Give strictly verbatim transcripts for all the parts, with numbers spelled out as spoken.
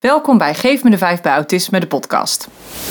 Welkom bij Geef me de vijf bij Autisme, de podcast.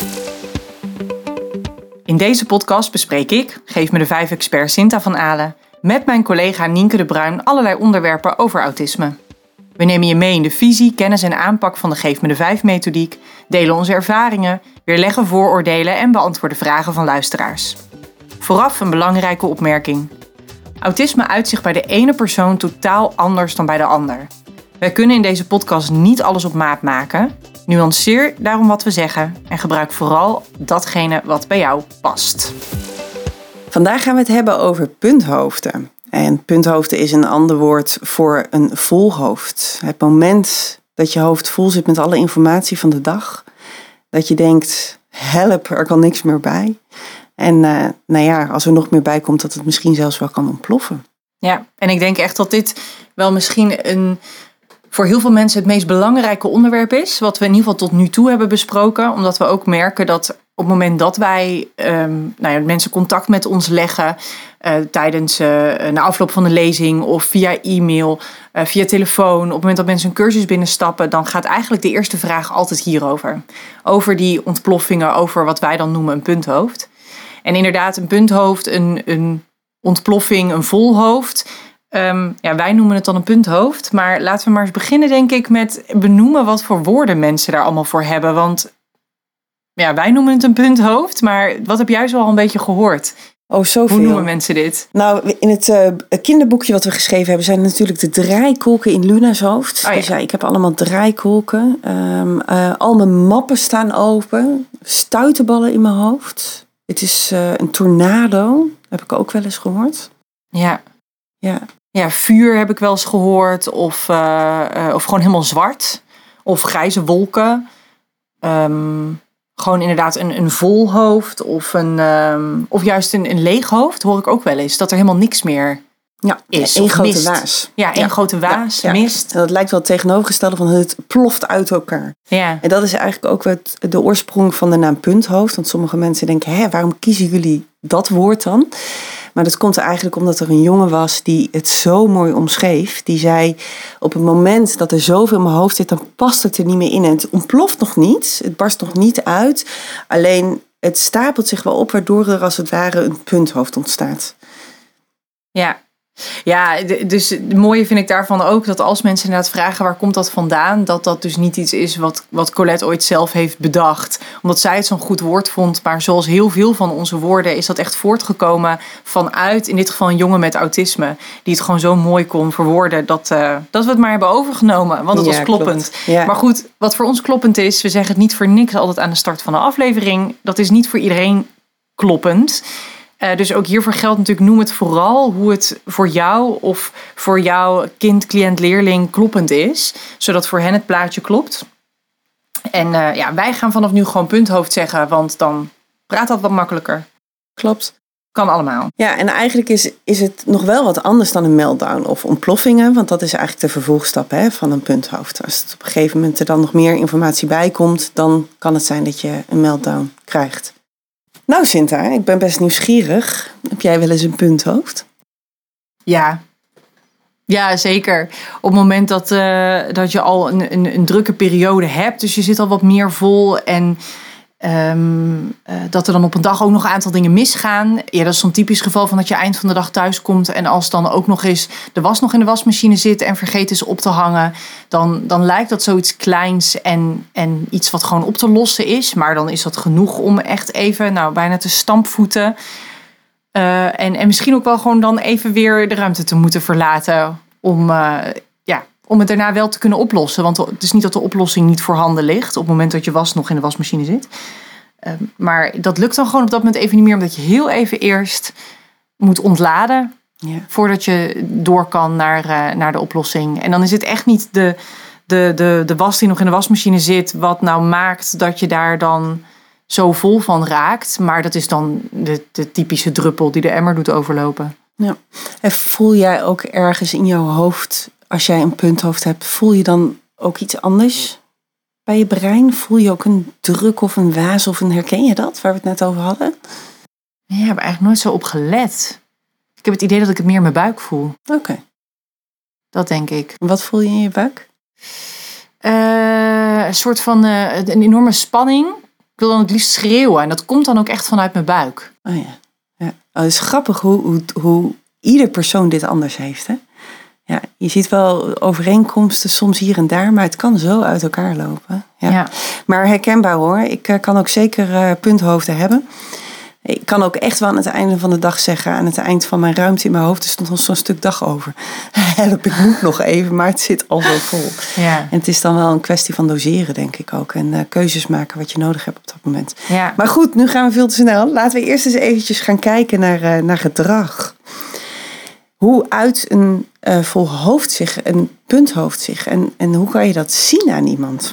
In deze podcast bespreek ik, Geef me de vijf expert Sinta van Alen, met mijn collega Nienke de Bruin allerlei onderwerpen over autisme. We nemen je mee in de visie, kennis en aanpak van de Geef me de vijf methodiek, delen onze ervaringen, weerleggen vooroordelen en beantwoorden vragen van luisteraars. Vooraf een belangrijke opmerking. Autisme uit zich bij de ene persoon totaal anders dan bij de ander. Wij kunnen in deze podcast niet alles op maat maken. Nuanceer daarom wat we zeggen en gebruik vooral datgene wat bij jou past. Vandaag gaan we het hebben over punthoofden. En punthoofden is een ander woord voor een vol hoofd. Het moment dat je hoofd vol zit met alle informatie van de dag. Dat je denkt, help, er kan niks meer bij. En uh, nou ja, als er nog meer bij komt, dat het misschien zelfs wel kan ontploffen. Ja, en ik denk echt dat dit wel misschien een, voor heel veel mensen het meest belangrijke onderwerp is. Wat we in ieder geval tot nu toe hebben besproken. Omdat we ook merken dat op het moment dat wij um, nou ja, mensen contact met ons leggen. Uh, tijdens uh, na afloop van de lezing of via e-mail, uh, via telefoon. Op het moment dat mensen een cursus binnenstappen, dan gaat eigenlijk de eerste vraag altijd hierover. Over die ontploffingen, over wat wij dan noemen een punthoofd. En inderdaad, een punthoofd, een, een ontploffing, een vol hoofd. Um, ja, wij noemen het dan een punthoofd. Maar laten we maar eens beginnen, denk ik, met benoemen wat voor woorden mensen daar allemaal voor hebben. Want ja, wij noemen het een punthoofd. Maar wat heb jij zo al een beetje gehoord? Oh, zoveel. Hoe noemen mensen dit? Nou, in het uh, kinderboekje wat we geschreven hebben, zijn natuurlijk de draaikolken in Luna's hoofd. Oh ja. Dus ja, ik heb allemaal draaikolken. Um, uh, al mijn mappen staan open. Stuitenballen in mijn hoofd. Het is uh, een tornado, heb ik ook wel eens gehoord. Ja. Ja. Ja, vuur heb ik wel eens gehoord. Of, uh, uh, of gewoon helemaal zwart. Of grijze wolken. Um, gewoon inderdaad een, een vol hoofd. Of, een, um, of juist een, een leeg hoofd, hoor ik ook wel eens. Dat er helemaal niks meer ja, is. één grote mist. waas. Ja, één ja. grote waas, ja, ja. mist. En dat lijkt wel het tegenovergestelde van het ploft uit elkaar. Ja. En dat is eigenlijk ook wat de oorsprong van de naam punthoofd. Want sommige mensen denken, hè, waarom kiezen jullie dat woord dan? Maar dat komt er eigenlijk omdat er een jongen was die het zo mooi omschreef. Die zei, op het moment dat er zoveel in mijn hoofd zit, dan past het er niet meer in. En het ontploft nog niet, het barst nog niet uit. Alleen het stapelt zich wel op, waardoor er als het ware een punthoofd ontstaat. Ja. Ja, dus het mooie vind ik daarvan ook dat als mensen inderdaad vragen waar komt dat vandaan, dat dat dus niet iets is wat, wat Colette ooit zelf heeft bedacht. Omdat zij het zo'n goed woord vond, maar zoals heel veel van onze woorden is dat echt voortgekomen vanuit, in dit geval een jongen met autisme, die het gewoon zo mooi kon verwoorden dat, uh, dat we het maar hebben overgenomen, want het ja, was kloppend. Ja. Maar goed, wat voor ons kloppend is, we zeggen het niet voor niks altijd aan de start van de aflevering, dat is niet voor iedereen kloppend. Uh, dus ook hiervoor geldt natuurlijk, noem het vooral hoe het voor jou of voor jouw kind, cliënt, leerling kloppend is. Zodat voor hen het plaatje klopt. En uh, ja, wij gaan vanaf nu gewoon punthoofd zeggen, want dan praat dat wat makkelijker. Klopt. Kan allemaal. Ja, en eigenlijk is, is het nog wel wat anders dan een meltdown of ontploffingen. Want dat is eigenlijk de vervolgstap hè, van een punthoofd. Als het op een gegeven moment er dan nog meer informatie bij komt, dan kan het zijn dat je een meltdown krijgt. Nou Sinta, ik ben best nieuwsgierig. Heb jij wel eens een punthoofd? Ja, ja zeker. Op het moment dat, uh, dat je al een, een, een drukke periode hebt, dus je zit al wat meer vol en um, uh, dat er dan op een dag ook nog een aantal dingen misgaan. Ja, dat is zo'n typisch geval van dat je eind van de dag thuis komt en als dan ook nog eens de was nog in de wasmachine zit en vergeten is op te hangen, dan, dan lijkt dat zoiets kleins en, en iets wat gewoon op te lossen is. Maar dan is dat genoeg om echt even, nou bijna te stampvoeten. Uh, en, en misschien ook wel gewoon dan even weer de ruimte te moeten verlaten om, uh, ja, om het daarna wel te kunnen oplossen. Want het is niet dat de oplossing niet voorhanden ligt op het moment dat je was nog in de wasmachine zit. Uh, maar dat lukt dan gewoon op dat moment even niet meer, omdat je heel even eerst moet ontladen. Ja. Voordat je door kan naar, uh, naar de oplossing. En dan is het echt niet de, de, de, de was die nog in de wasmachine zit, wat nou maakt dat je daar dan zo vol van raakt. Maar dat is dan de, de typische druppel die de emmer doet overlopen. Ja. En voel jij ook ergens in jouw hoofd, als jij een punthoofd hebt, voel je dan ook iets anders bij je brein? Voel je ook een druk of een waas of een, herken je dat, waar we het net over hadden? Ja, ik heb er eigenlijk nooit zo op gelet. Ik heb het idee dat ik het meer in mijn buik voel. Oké. Okay. Dat denk ik. Wat voel je in je buik? Uh, een soort van uh, een enorme spanning. Ik wil dan het liefst schreeuwen. En dat komt dan ook echt vanuit mijn buik. Oh ja. ja. Oh, het is grappig hoe, hoe, hoe ieder persoon dit anders heeft. Hè? Ja, je ziet wel overeenkomsten soms hier en daar. Maar het kan zo uit elkaar lopen. Ja. Ja. Maar herkenbaar hoor. Ik uh, kan ook zeker uh, punthoofden hebben. Ik kan ook echt wel aan het einde van de dag zeggen, aan het eind van mijn ruimte in mijn hoofd, er stond nog zo'n stuk dag over. Help, ik moet nog even, maar het zit al zo vol. Ja. En het is dan wel een kwestie van doseren, denk ik ook. En uh, keuzes maken wat je nodig hebt op dat moment. Ja. Maar goed, nu gaan we veel te snel. Laten we eerst eens eventjes gaan kijken naar, uh, naar gedrag. Hoe uit een uh, vol hoofd zich, een punthoofd zich, en, en hoe kan je dat zien aan iemand?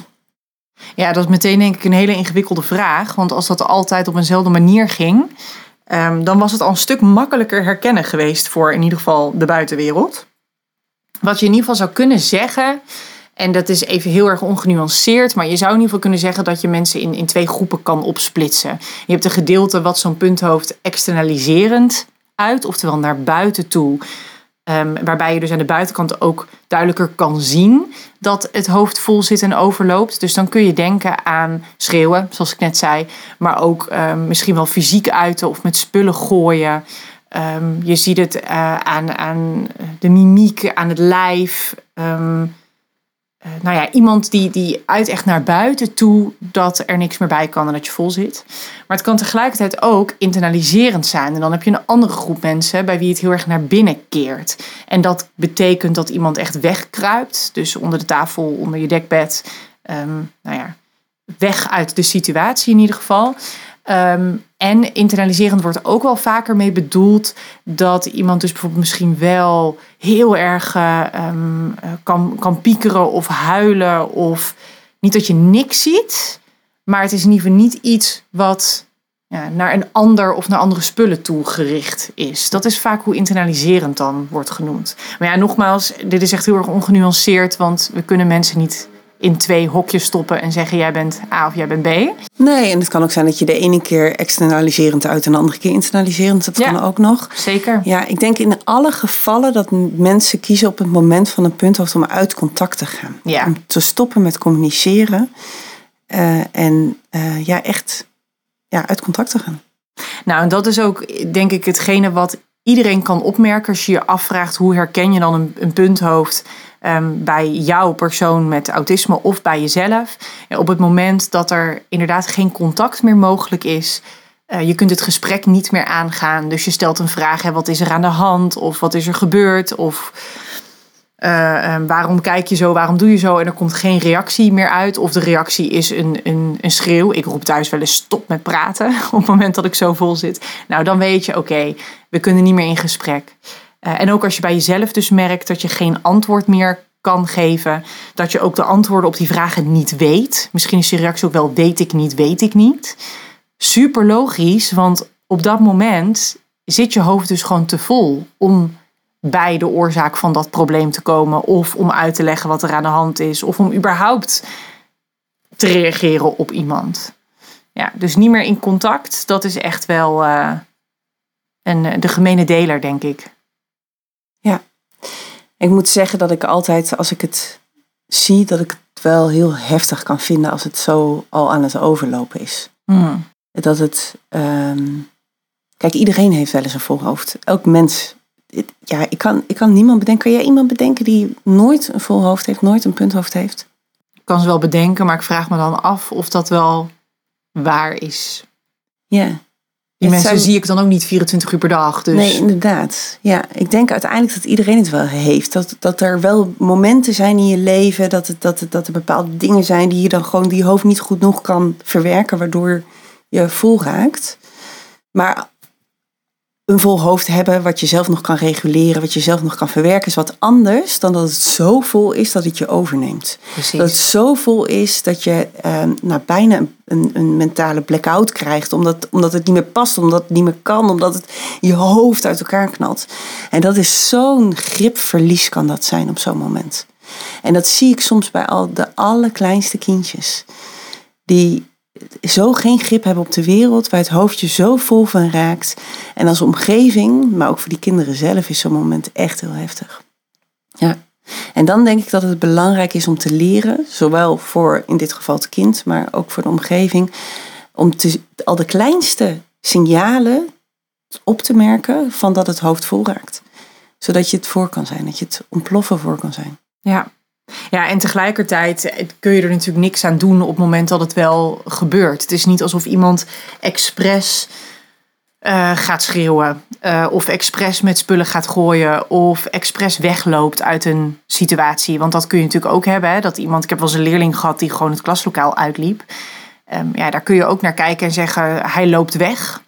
Ja, dat is meteen denk ik een hele ingewikkelde vraag. Want als dat altijd op eenzelfde manier ging, um, dan was het al een stuk makkelijker herkennen geweest voor in ieder geval de buitenwereld. Wat je in ieder geval zou kunnen zeggen, en dat is even heel erg ongenuanceerd, maar je zou in ieder geval kunnen zeggen dat je mensen in, in twee groepen kan opsplitsen. Je hebt een gedeelte wat zo'n punthoofd externaliserend uit, oftewel naar buiten toe. Um, waarbij je dus aan de buitenkant ook duidelijker kan zien dat het hoofd vol zit en overloopt. Dus dan kun je denken aan schreeuwen, zoals ik net zei. Maar ook um, misschien wel fysiek uiten of met spullen gooien. Um, je ziet het uh, aan, aan de mimiek, aan het lijf. Um, uh, nou ja, iemand die, die uit echt naar buiten toe dat er niks meer bij kan en dat je vol zit. Maar het kan tegelijkertijd ook internaliserend zijn. En dan heb je een andere groep mensen bij wie het heel erg naar binnen keert. En dat betekent dat iemand echt wegkruipt. Dus onder de tafel, onder je dekbed. Um, nou ja, weg uit de situatie in ieder geval. Um, en internaliserend wordt ook wel vaker mee bedoeld dat iemand dus bijvoorbeeld misschien wel heel erg uh, um, kan, kan piekeren of huilen. Of niet dat je niks ziet, maar het is in ieder geval niet iets wat ja, naar een ander of naar andere spullen toe gericht is. Dat is vaak hoe internaliserend dan wordt genoemd. Maar ja, nogmaals, dit is echt heel erg ongenuanceerd, want we kunnen mensen niet in twee hokjes stoppen en zeggen jij bent A of jij bent B. Nee, en het kan ook zijn dat je de ene keer externaliserend uit en de andere keer internaliserend. Dat ja, kan ook nog. Zeker. Ja, ik denk in alle gevallen dat mensen kiezen op het moment van een punthoofd om uit contact te gaan. Ja. Om te stoppen met communiceren uh, en uh, ja, echt ja, uit contact te gaan. Nou, en dat is ook denk ik hetgene wat iedereen kan opmerken als je je afvraagt hoe herken je dan een, een punthoofd Um, bij jouw persoon met autisme of bij jezelf. Ja, op het moment dat er inderdaad geen contact meer mogelijk is. Uh, je kunt het gesprek niet meer aangaan. Dus je stelt een vraag, hè, wat is er aan de hand? Of wat is er gebeurd? Of uh, um, waarom kijk je zo? Waarom doe je zo? En er komt geen reactie meer uit. Of de reactie is een, een, een schreeuw. Ik roep thuis wel eens stop met praten op het moment dat ik zo vol zit. Nou, dan weet je, oké, okay, we kunnen niet meer in gesprek. Uh, en ook als je bij jezelf dus merkt dat je geen antwoord meer kan geven. Dat je ook de antwoorden op die vragen niet weet. Misschien is je reactie ook wel weet ik niet, weet ik niet. Super logisch, want op dat moment zit je hoofd dus gewoon te vol om bij de oorzaak van dat probleem te komen. Of om uit te leggen wat er aan de hand is. Of om überhaupt te reageren op iemand. Ja, dus niet meer in contact. Dat is echt wel uh, een, de gemene deler, denk ik. Ja, ik moet zeggen dat ik altijd, als ik het zie, dat ik het wel heel heftig kan vinden als het zo al aan het overlopen is. Mm. Dat het, um, kijk, iedereen heeft wel eens een vol hoofd. Elk mens, ja, ik kan, ik kan niemand bedenken. Kan jij iemand bedenken die nooit een vol hoofd heeft, nooit een punthoofd heeft? Ik kan ze wel bedenken, maar ik vraag me dan af of dat wel waar is. Ja. Die mensen zijn, zie ik dan ook niet vierentwintig uur per dag. Dus. Nee, inderdaad. Ja, ik denk uiteindelijk dat iedereen het wel heeft. Dat, dat er wel momenten zijn in je leven. Dat, het, dat, het, dat er bepaalde dingen zijn die je dan gewoon die je hoofd niet goed genoeg kan verwerken. Waardoor je vol raakt. Maar een vol hoofd hebben wat je zelf nog kan reguleren. Wat je zelf nog kan verwerken is wat anders dan dat het zo vol is dat het je overneemt. Precies. Dat het zo vol is dat je uh, nou, bijna een, een, een mentale blackout krijgt. Omdat, omdat het niet meer past, omdat het niet meer kan. Omdat het je hoofd uit elkaar knalt. En dat is zo'n gripverlies kan dat zijn op zo'n moment. En dat zie ik soms bij al de allerkleinste kindjes. Die zo geen grip hebben op de wereld, waar het hoofdje zo vol van raakt. En als omgeving, maar ook voor die kinderen zelf, is zo'n moment echt heel heftig. Ja. En dan denk ik dat het belangrijk is om te leren, zowel voor in dit geval het kind, maar ook voor de omgeving, om te, al de kleinste signalen op te merken van dat het hoofd vol raakt. Zodat je het voor kan zijn, dat je het ontploffen voor kan zijn. Ja. Ja, en tegelijkertijd kun je er natuurlijk niks aan doen op het moment dat het wel gebeurt. Het is niet alsof iemand expres uh, gaat schreeuwen. Uh, of expres met spullen gaat gooien. Of expres wegloopt uit een situatie. Want dat kun je natuurlijk ook hebben. Hè? Dat iemand, ik heb wel eens een leerling gehad die gewoon het klaslokaal uitliep. Um, ja, daar kun je ook naar kijken en zeggen, hij loopt weg.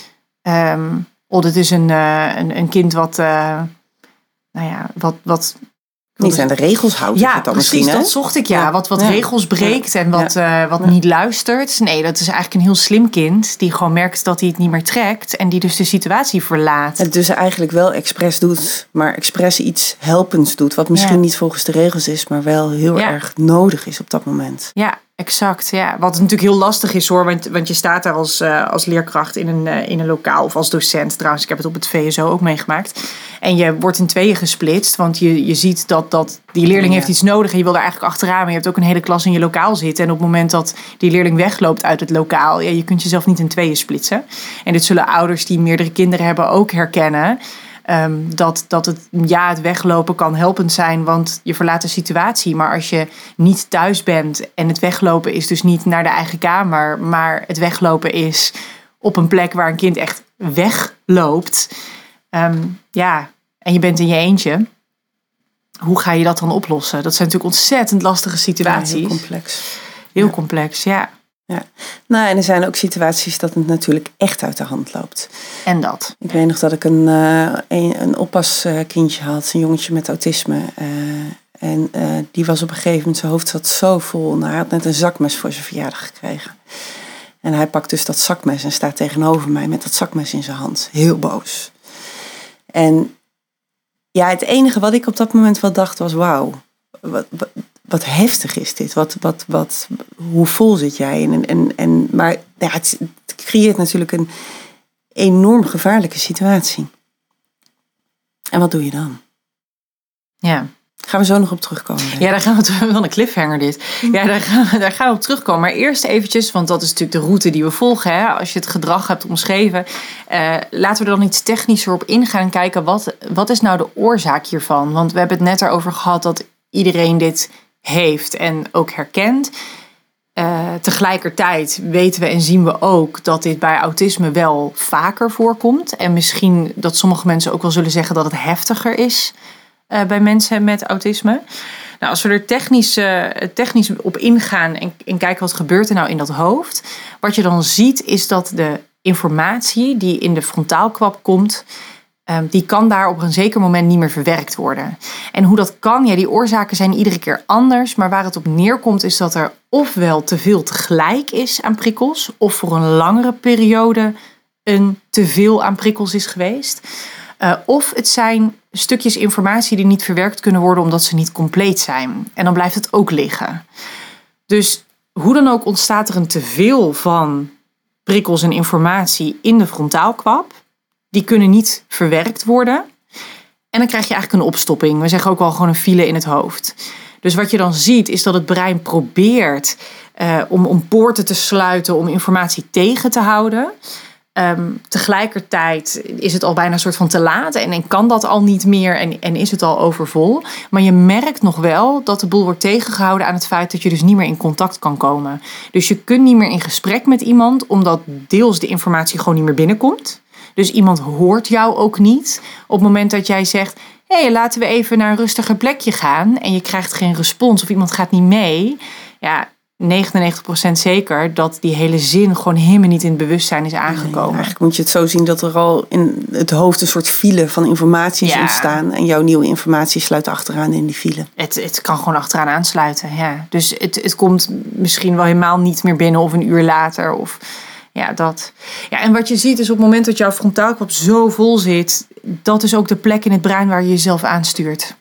Um, of dit is een, uh, een, een kind wat, uh, nou ja, wat... wat niet aan de regels houdt. Ja, dan precies, misschien, dat zocht ik. Ja, ja. Wat, wat ja. regels breekt ja. en wat, ja. uh, wat ja. niet luistert. Nee, dat is eigenlijk een heel slim kind die gewoon merkt dat hij het niet meer trekt en die dus de situatie verlaat. Het dus eigenlijk wel expres doet, maar expres iets helpends doet. Wat misschien ja. niet volgens de regels is, maar wel heel ja. erg nodig is op dat moment. Ja, exact. Ja. Wat natuurlijk heel lastig is hoor, want, want je staat daar als, uh, als leerkracht in een, uh, in een lokaal of als docent. Trouwens, ik heb het op het V S O ook meegemaakt. En je wordt in tweeën gesplitst, want je, je ziet dat, dat die leerling ja. heeft iets nodig en je wil er eigenlijk achteraan. Maar je hebt ook een hele klas in je lokaal zitten. En op het moment dat die leerling wegloopt uit het lokaal, ja, je kunt jezelf niet in tweeën splitsen. En dit zullen ouders die meerdere kinderen hebben ook herkennen. Um, dat, dat het, ja, het weglopen kan helpend zijn, want je verlaat de situatie. Maar als je niet thuis bent en het weglopen is dus niet naar de eigen kamer, maar het weglopen is op een plek waar een kind echt wegloopt. Um, ja, en je bent in je eentje. Hoe ga je dat dan oplossen? Dat zijn natuurlijk ontzettend lastige situaties. Ja, heel complex. Heel ja. complex, ja. Ja, nou en er zijn ook situaties dat het natuurlijk echt uit de hand loopt. En dat? Ik weet nog dat ik een, uh, een, een oppaskindje had, een jongetje met autisme. Uh, en uh, die was op een gegeven moment, zijn hoofd zat zo vol. Nou, hij had net een zakmes voor zijn verjaardag gekregen. En hij pakt dus dat zakmes en staat tegenover mij met dat zakmes in zijn hand. Heel boos. En ja, het enige wat ik op dat moment wel dacht was, wauw, wat, wat, wat heftig is dit. Wat, wat, wat, hoe vol zit jij? En, en, en, maar ja, het, het creëert natuurlijk een enorm gevaarlijke situatie. En wat doe je dan? Ja. Gaan we zo nog op terugkomen? Ja, daar gaan we terug. Wel een cliffhanger dit. Ja, daar gaan, we, daar gaan we op terugkomen. Maar eerst eventjes, want dat is natuurlijk de route die we volgen. Hè? Als je het gedrag hebt omschreven. Uh, laten we er dan iets technischer op ingaan en kijken. Wat, wat is nou de oorzaak hiervan? Want we hebben het net erover gehad dat iedereen dit heeft en ook herkent. Uh, tegelijkertijd weten we en zien we ook dat dit bij autisme wel vaker voorkomt. En misschien dat sommige mensen ook wel zullen zeggen dat het heftiger is uh, bij mensen met autisme. Nou, als we er technisch, uh, technisch op ingaan en, en kijken wat gebeurt er nou in dat hoofd. Wat je dan ziet is dat de informatie die in de frontaalkwab komt, Um, die kan daar op een zeker moment niet meer verwerkt worden. En hoe dat kan, ja, die oorzaken zijn iedere keer anders. Maar waar het op neerkomt is dat er ofwel te veel tegelijk is aan prikkels, of voor een langere periode een te veel aan prikkels is geweest. Uh, of het zijn stukjes informatie die niet verwerkt kunnen worden omdat ze niet compleet zijn. En dan blijft het ook liggen. Dus hoe dan ook ontstaat er een teveel van prikkels en informatie in de frontaalkwab. Die kunnen niet verwerkt worden. En dan krijg je eigenlijk een opstopping. We zeggen ook wel gewoon een file in het hoofd. Dus wat je dan ziet is dat het brein probeert uh, om, om poorten te sluiten, om informatie tegen te houden. Um, tegelijkertijd is het al bijna een soort van te laat en, en kan dat al niet meer en, en is het al overvol. Maar je merkt nog wel dat de boel wordt tegengehouden aan het feit dat je dus niet meer in contact kan komen. Dus je kunt niet meer in gesprek met iemand omdat deels de informatie gewoon niet meer binnenkomt. Dus iemand hoort jou ook niet op het moment dat jij zegt, hé, hey, laten we even naar een rustiger plekje gaan. En je krijgt geen respons of iemand gaat niet mee. Ja, negenennegentig procent zeker dat die hele zin gewoon helemaal niet in het bewustzijn is aangekomen. Nee, eigenlijk moet je het zo zien dat er al in het hoofd een soort file van informatie is ja. ontstaan. En jouw nieuwe informatie sluit achteraan in die file. Het, het kan gewoon achteraan aansluiten, ja. Dus het, het komt misschien wel helemaal niet meer binnen of een uur later of... Ja, dat. Ja, en wat je ziet is op het moment dat jouw frontaalkwab zo vol zit, dat is ook de plek in het brein waar je jezelf aanstuurt.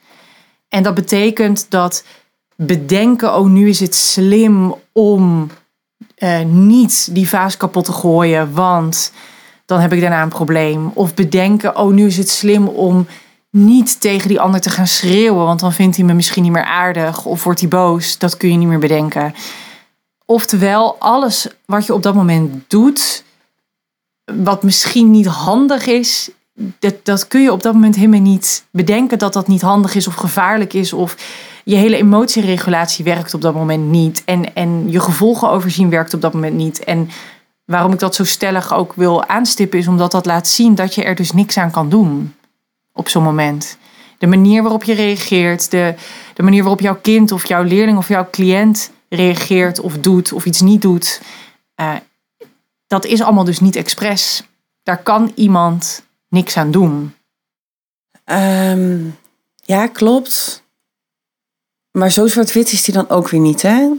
En dat betekent dat bedenken, oh nu is het slim om uh, niet die vaas kapot te gooien, want dan heb ik daarna een probleem. Of bedenken, oh nu is het slim om niet tegen die ander te gaan schreeuwen, want dan vindt hij me misschien niet meer aardig of wordt hij boos. Dat kun je niet meer bedenken. Oftewel, alles wat je op dat moment doet, wat misschien niet handig is, dat, dat kun je op dat moment helemaal niet bedenken dat dat niet handig is of gevaarlijk is. Of je hele emotieregulatie werkt op dat moment niet. En, en je gevolgen overzien werkt op dat moment niet. En waarom ik dat zo stellig ook wil aanstippen is omdat dat laat zien dat je er dus niks aan kan doen op zo'n moment. De manier waarop je reageert, de, de manier waarop jouw kind of jouw leerling of jouw cliënt reageert of doet of iets niet doet, uh, dat is allemaal dus niet expres. Daar kan iemand niks aan doen. Um, ja, klopt. Maar zo zwart-wit is die dan ook weer niet, hè?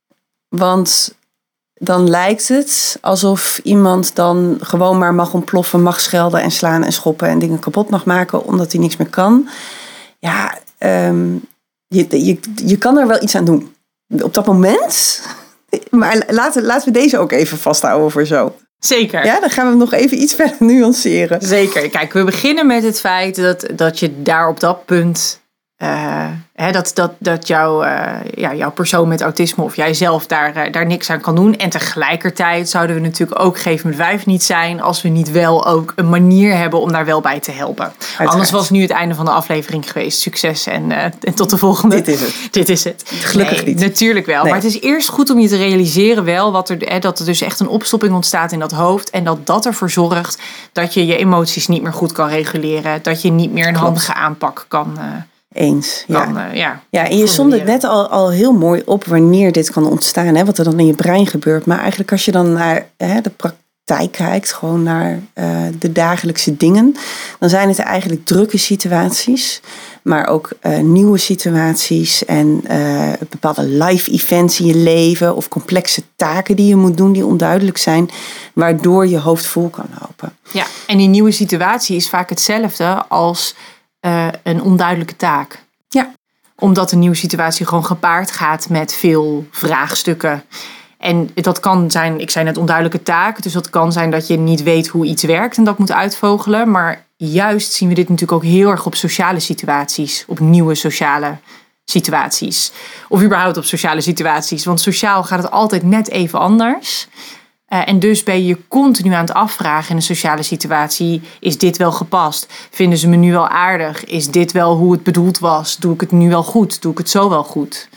Want dan lijkt het alsof iemand dan gewoon maar mag ontploffen, mag schelden en slaan en schoppen en dingen kapot mag maken omdat hij niks meer kan. Ja, um, je, je, je kan er wel iets aan doen. Op dat moment. Maar laten, laten we deze ook even vasthouden voor zo. Zeker. Ja, dan gaan we hem nog even iets verder nuanceren. Zeker. Kijk, we beginnen met het feit dat, dat je daar op dat punt, Uh, hè, dat, dat, dat jouw, uh, ja, jouw persoon met autisme of jijzelf daar, uh, daar niks aan kan doen. En tegelijkertijd zouden we natuurlijk ook geven met vijf niet zijn als we niet wel ook een manier hebben om daar wel bij te helpen. Uiteraard. Anders was nu het einde van de aflevering geweest. Succes en, uh, en tot de volgende. Dit is het. Dit is het. Gelukkig nee, niet. Natuurlijk wel. Nee. Maar het is eerst goed om je te realiseren wel wat er, hè, dat er dus echt een opstopping ontstaat in dat hoofd. En dat dat ervoor zorgt dat je je emoties niet meer goed kan reguleren. Dat je niet meer een handige aanpak kan uh, Eens, ja. Kan, uh, ja. Ja, en je somde het net al, al heel mooi op wanneer dit kan ontstaan, hè, wat er dan in je brein gebeurt. Maar eigenlijk als je dan naar hè, de praktijk kijkt, gewoon naar uh, de dagelijkse dingen, dan zijn het eigenlijk drukke situaties, maar ook uh, nieuwe situaties en uh, bepaalde live events in je leven of complexe taken die je moet doen die onduidelijk zijn, waardoor je hoofd vol kan lopen. Ja, en die nieuwe situatie is vaak hetzelfde als Uh, een onduidelijke taak. Ja. Omdat een nieuwe situatie gewoon gepaard gaat met veel vraagstukken. En dat kan zijn, ik zei net onduidelijke taak. Dus dat kan zijn dat je niet weet hoe iets werkt en dat moet uitvogelen. Maar juist zien we dit natuurlijk ook heel erg op sociale situaties. Op nieuwe sociale situaties. Of überhaupt op sociale situaties. Want sociaal gaat het altijd net even anders. Uh, en dus ben je continu aan het afvragen in een sociale situatie. Is dit wel gepast? Vinden ze me nu wel aardig? Is dit wel hoe het bedoeld was? Doe ik het nu wel goed? Doe ik het zo wel goed?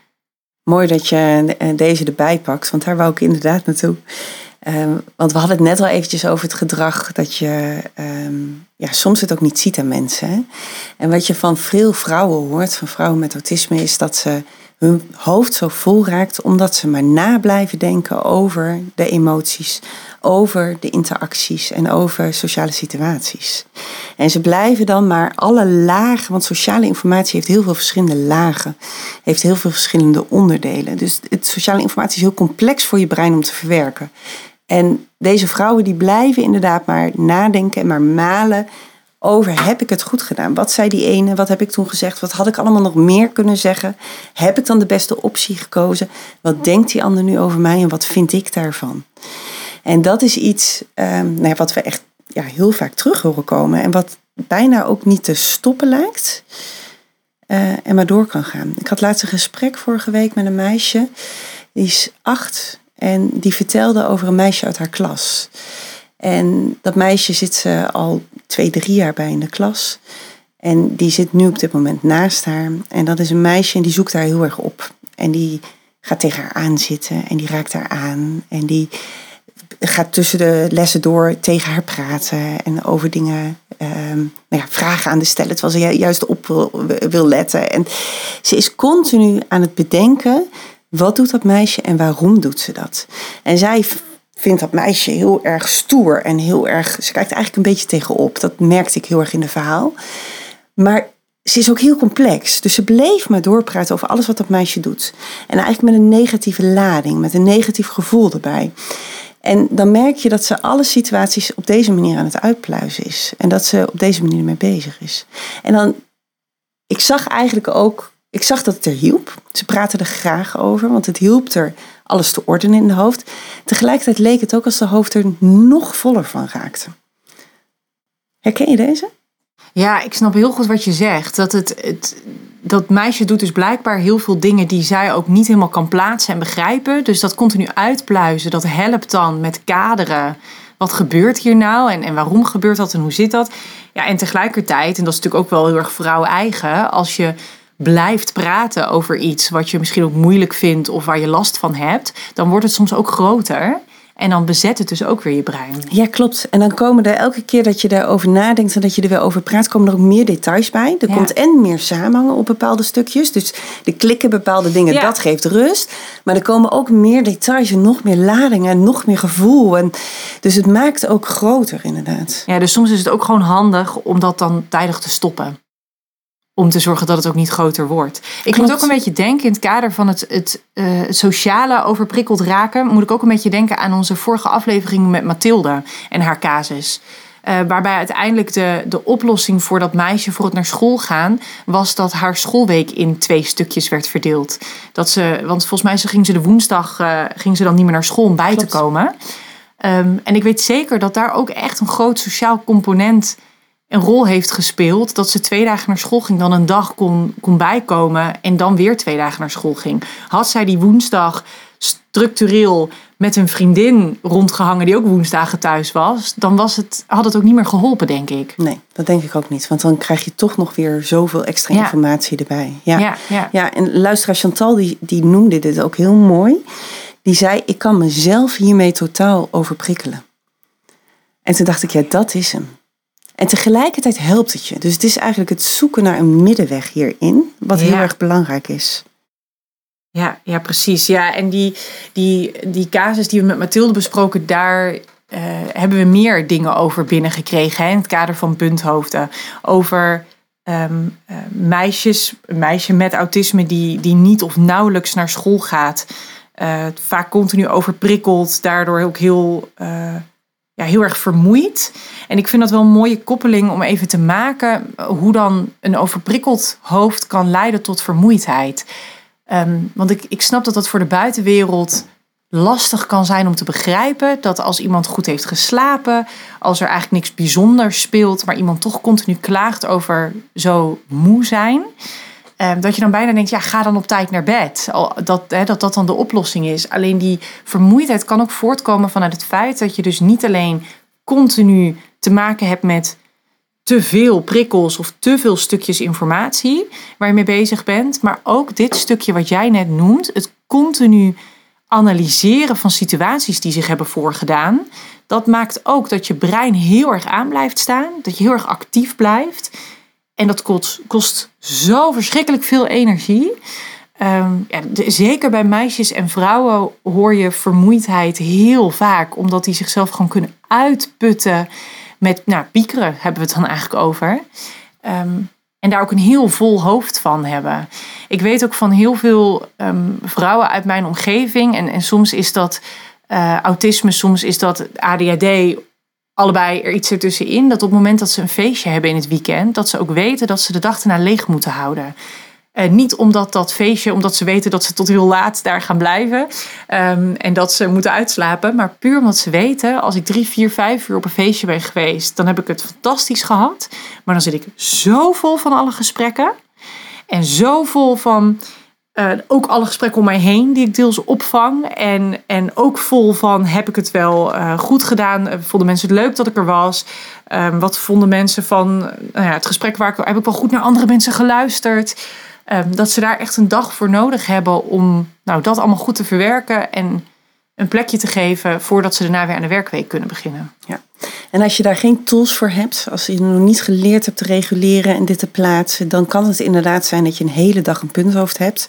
Mooi dat je deze erbij pakt, want daar wou ik inderdaad naartoe. Um, want we hadden het net al eventjes over het gedrag dat je um, ja, soms het ook niet ziet aan mensen. Hè? En wat je van veel vrouwen hoort, van vrouwen met autisme, is dat ze hun hoofd zo vol raakt omdat ze maar na blijven denken over de emoties, over de interacties en over sociale situaties. En ze blijven dan maar alle lagen, want sociale informatie heeft heel veel verschillende lagen, heeft heel veel verschillende onderdelen. Dus het sociale informatie is heel complex voor je brein om te verwerken. En deze vrouwen die blijven inderdaad maar nadenken en maar malen over, heb ik het goed gedaan? Wat zei die ene? Wat heb ik toen gezegd? Wat had ik allemaal nog meer kunnen zeggen? Heb ik dan de beste optie gekozen? Wat denkt die ander nu over mij en wat vind ik daarvan? En dat is iets um, nou ja, wat we echt ja, heel vaak terug horen komen. En wat bijna ook niet te stoppen lijkt. Uh, en maar door kan gaan. Ik had laatst een gesprek vorige week met een meisje. Die is acht en die vertelde over een meisje uit haar klas. En dat meisje zit ze al twee, drie jaar bij in de klas. En die zit nu op dit moment naast haar. En dat is een meisje en die zoekt haar heel erg op. En die gaat tegen haar aanzitten en die raakt haar aan. En die gaat tussen de lessen door tegen haar praten en over dingen, um, nou ja, vragen aan de stellen, terwijl ze juist op wil, wil letten. En ze is continu aan het bedenken, wat doet dat meisje en waarom doet ze dat? En zij vindt dat meisje heel erg stoer en heel erg, ze kijkt eigenlijk een beetje tegenop. Dat merkte ik heel erg in het verhaal. Maar ze is ook heel complex. Dus ze bleef maar doorpraten over alles wat dat meisje doet. En eigenlijk met een negatieve lading, met een negatief gevoel erbij. En dan merk je dat ze alle situaties op deze manier aan het uitpluizen is. En dat ze op deze manier mee bezig is. En dan, ik zag eigenlijk ook, ik zag dat het er hielp. Ze praten er graag over, want het hielp er alles te ordenen in de hoofd. Tegelijkertijd leek het ook als de hoofd er nog voller van raakte. Herken je deze? Ja, ik snap heel goed wat je zegt. Dat het, het, dat meisje doet dus blijkbaar heel veel dingen die zij ook niet helemaal kan plaatsen en begrijpen. Dus dat continu uitpluizen, dat helpt dan met kaderen. Wat gebeurt hier nou en, en waarom gebeurt dat en hoe zit dat? Ja, en tegelijkertijd, en dat is natuurlijk ook wel heel erg vrouw-eigen, als je blijft praten over iets wat je misschien ook moeilijk vindt of waar je last van hebt, dan wordt het soms ook groter. En dan bezet het dus ook weer je brein. Ja, klopt. En dan komen er elke keer dat je daarover nadenkt en dat je er weer over praat, komen er ook meer details bij. Er ja. komt en meer samenhangen op bepaalde stukjes. Dus de klikken bepaalde dingen, ja. dat geeft rust. Maar er komen ook meer details en nog meer ladingen en nog meer gevoel. En dus het maakt ook groter inderdaad. Ja, dus soms is het ook gewoon handig om dat dan tijdig te stoppen. Om te zorgen dat het ook niet groter wordt. Ik Klopt. moet ook een beetje denken in het kader van het, het, uh, het sociale overprikkeld raken. Moet ik ook een beetje denken aan onze vorige aflevering met Mathilde en haar casus. Uh, waarbij uiteindelijk de, de oplossing voor dat meisje voor het naar school gaan was dat haar schoolweek in twee stukjes werd verdeeld. Dat ze, want volgens mij ging ze de woensdag uh, ging ze dan niet meer naar school om bij Klopt. te komen. Um, en ik weet zeker dat daar ook echt een groot sociaal component een rol heeft gespeeld. Dat ze twee dagen naar school ging, dan een dag kon, kon bijkomen en dan weer twee dagen naar school ging. Had zij die woensdag structureel met een vriendin rondgehangen die ook woensdagen thuis was, dan was het, had het ook niet meer geholpen, denk ik. Nee, dat denk ik ook niet. Want dan krijg je toch nog weer zoveel extra ja. informatie erbij. Ja, ja, ja. ja en luisteraar Chantal die, die noemde dit ook heel mooi. Die zei, ik kan mezelf hiermee totaal overprikkelen. En toen dacht ik, ja, dat is hem. En tegelijkertijd helpt het je. Dus het is eigenlijk het zoeken naar een middenweg hierin, wat ja. heel erg belangrijk is. Ja, ja, precies. Ja, en die, die, die casus die we met Mathilde besproken, daar uh, hebben we meer dingen over binnengekregen. Hè, in het kader van punthoofden. Over um, uh, meisjes, een meisje met autisme die, die niet of nauwelijks naar school gaat. Uh, vaak continu overprikkeld, daardoor ook heel... Uh, Ja, heel erg vermoeid. En ik vind dat wel een mooie koppeling om even te maken hoe dan een overprikkeld hoofd kan leiden tot vermoeidheid. Um, want ik, ik snap dat dat voor de buitenwereld lastig kan zijn om te begrijpen. Dat als iemand goed heeft geslapen, als er eigenlijk niks bijzonders speelt, maar iemand toch continu klaagt over zo moe zijn, Um, dat je dan bijna denkt, ja, ga dan op tijd naar bed. Dat, hè, dat dat dan de oplossing is. Alleen die vermoeidheid kan ook voortkomen vanuit het feit dat je dus niet alleen continu te maken hebt met te veel prikkels of te veel stukjes informatie waar je mee bezig bent, maar ook dit stukje wat jij net noemt, het continu analyseren van situaties die zich hebben voorgedaan, dat maakt ook dat je brein heel erg aan blijft staan, dat je heel erg actief blijft. En dat kost, kost zo verschrikkelijk veel energie. Um, ja, de, zeker bij meisjes en vrouwen hoor je vermoeidheid heel vaak. Omdat die zichzelf gewoon kunnen uitputten met, nou, piekeren hebben we het dan eigenlijk over. Um, en daar ook een heel vol hoofd van hebben. Ik weet ook van heel veel um, vrouwen uit mijn omgeving. En, en soms is dat uh, autisme, soms is dat A D H D. Allebei er iets ertussenin, dat op het moment dat ze een feestje hebben in het weekend, dat ze ook weten dat ze de dag erna leeg moeten houden. Uh, niet omdat dat feestje, omdat ze weten dat ze tot heel laat daar gaan blijven um, en dat ze moeten uitslapen, maar puur omdat ze weten, als ik drie, vier, vijf uur op een feestje ben geweest, dan heb ik het fantastisch gehad. Maar dan zit ik zo vol van alle gesprekken en zo vol van Uh, ook alle gesprekken om mij heen die ik deels opvang. En, en ook vol van, heb ik het wel uh, goed gedaan? Uh, vonden mensen het leuk dat ik er was? Um, wat vonden mensen van uh, nou ja, het gesprek waar ik... Heb ik wel goed naar andere mensen geluisterd? Um, dat ze daar echt een dag voor nodig hebben om nou, dat allemaal goed te verwerken en een plekje te geven voordat ze daarna weer aan de werkweek kunnen beginnen. Ja. En als je daar geen tools voor hebt, als je nog niet geleerd hebt te reguleren en dit te plaatsen, dan kan het inderdaad zijn dat je een hele dag een punthoofd hebt.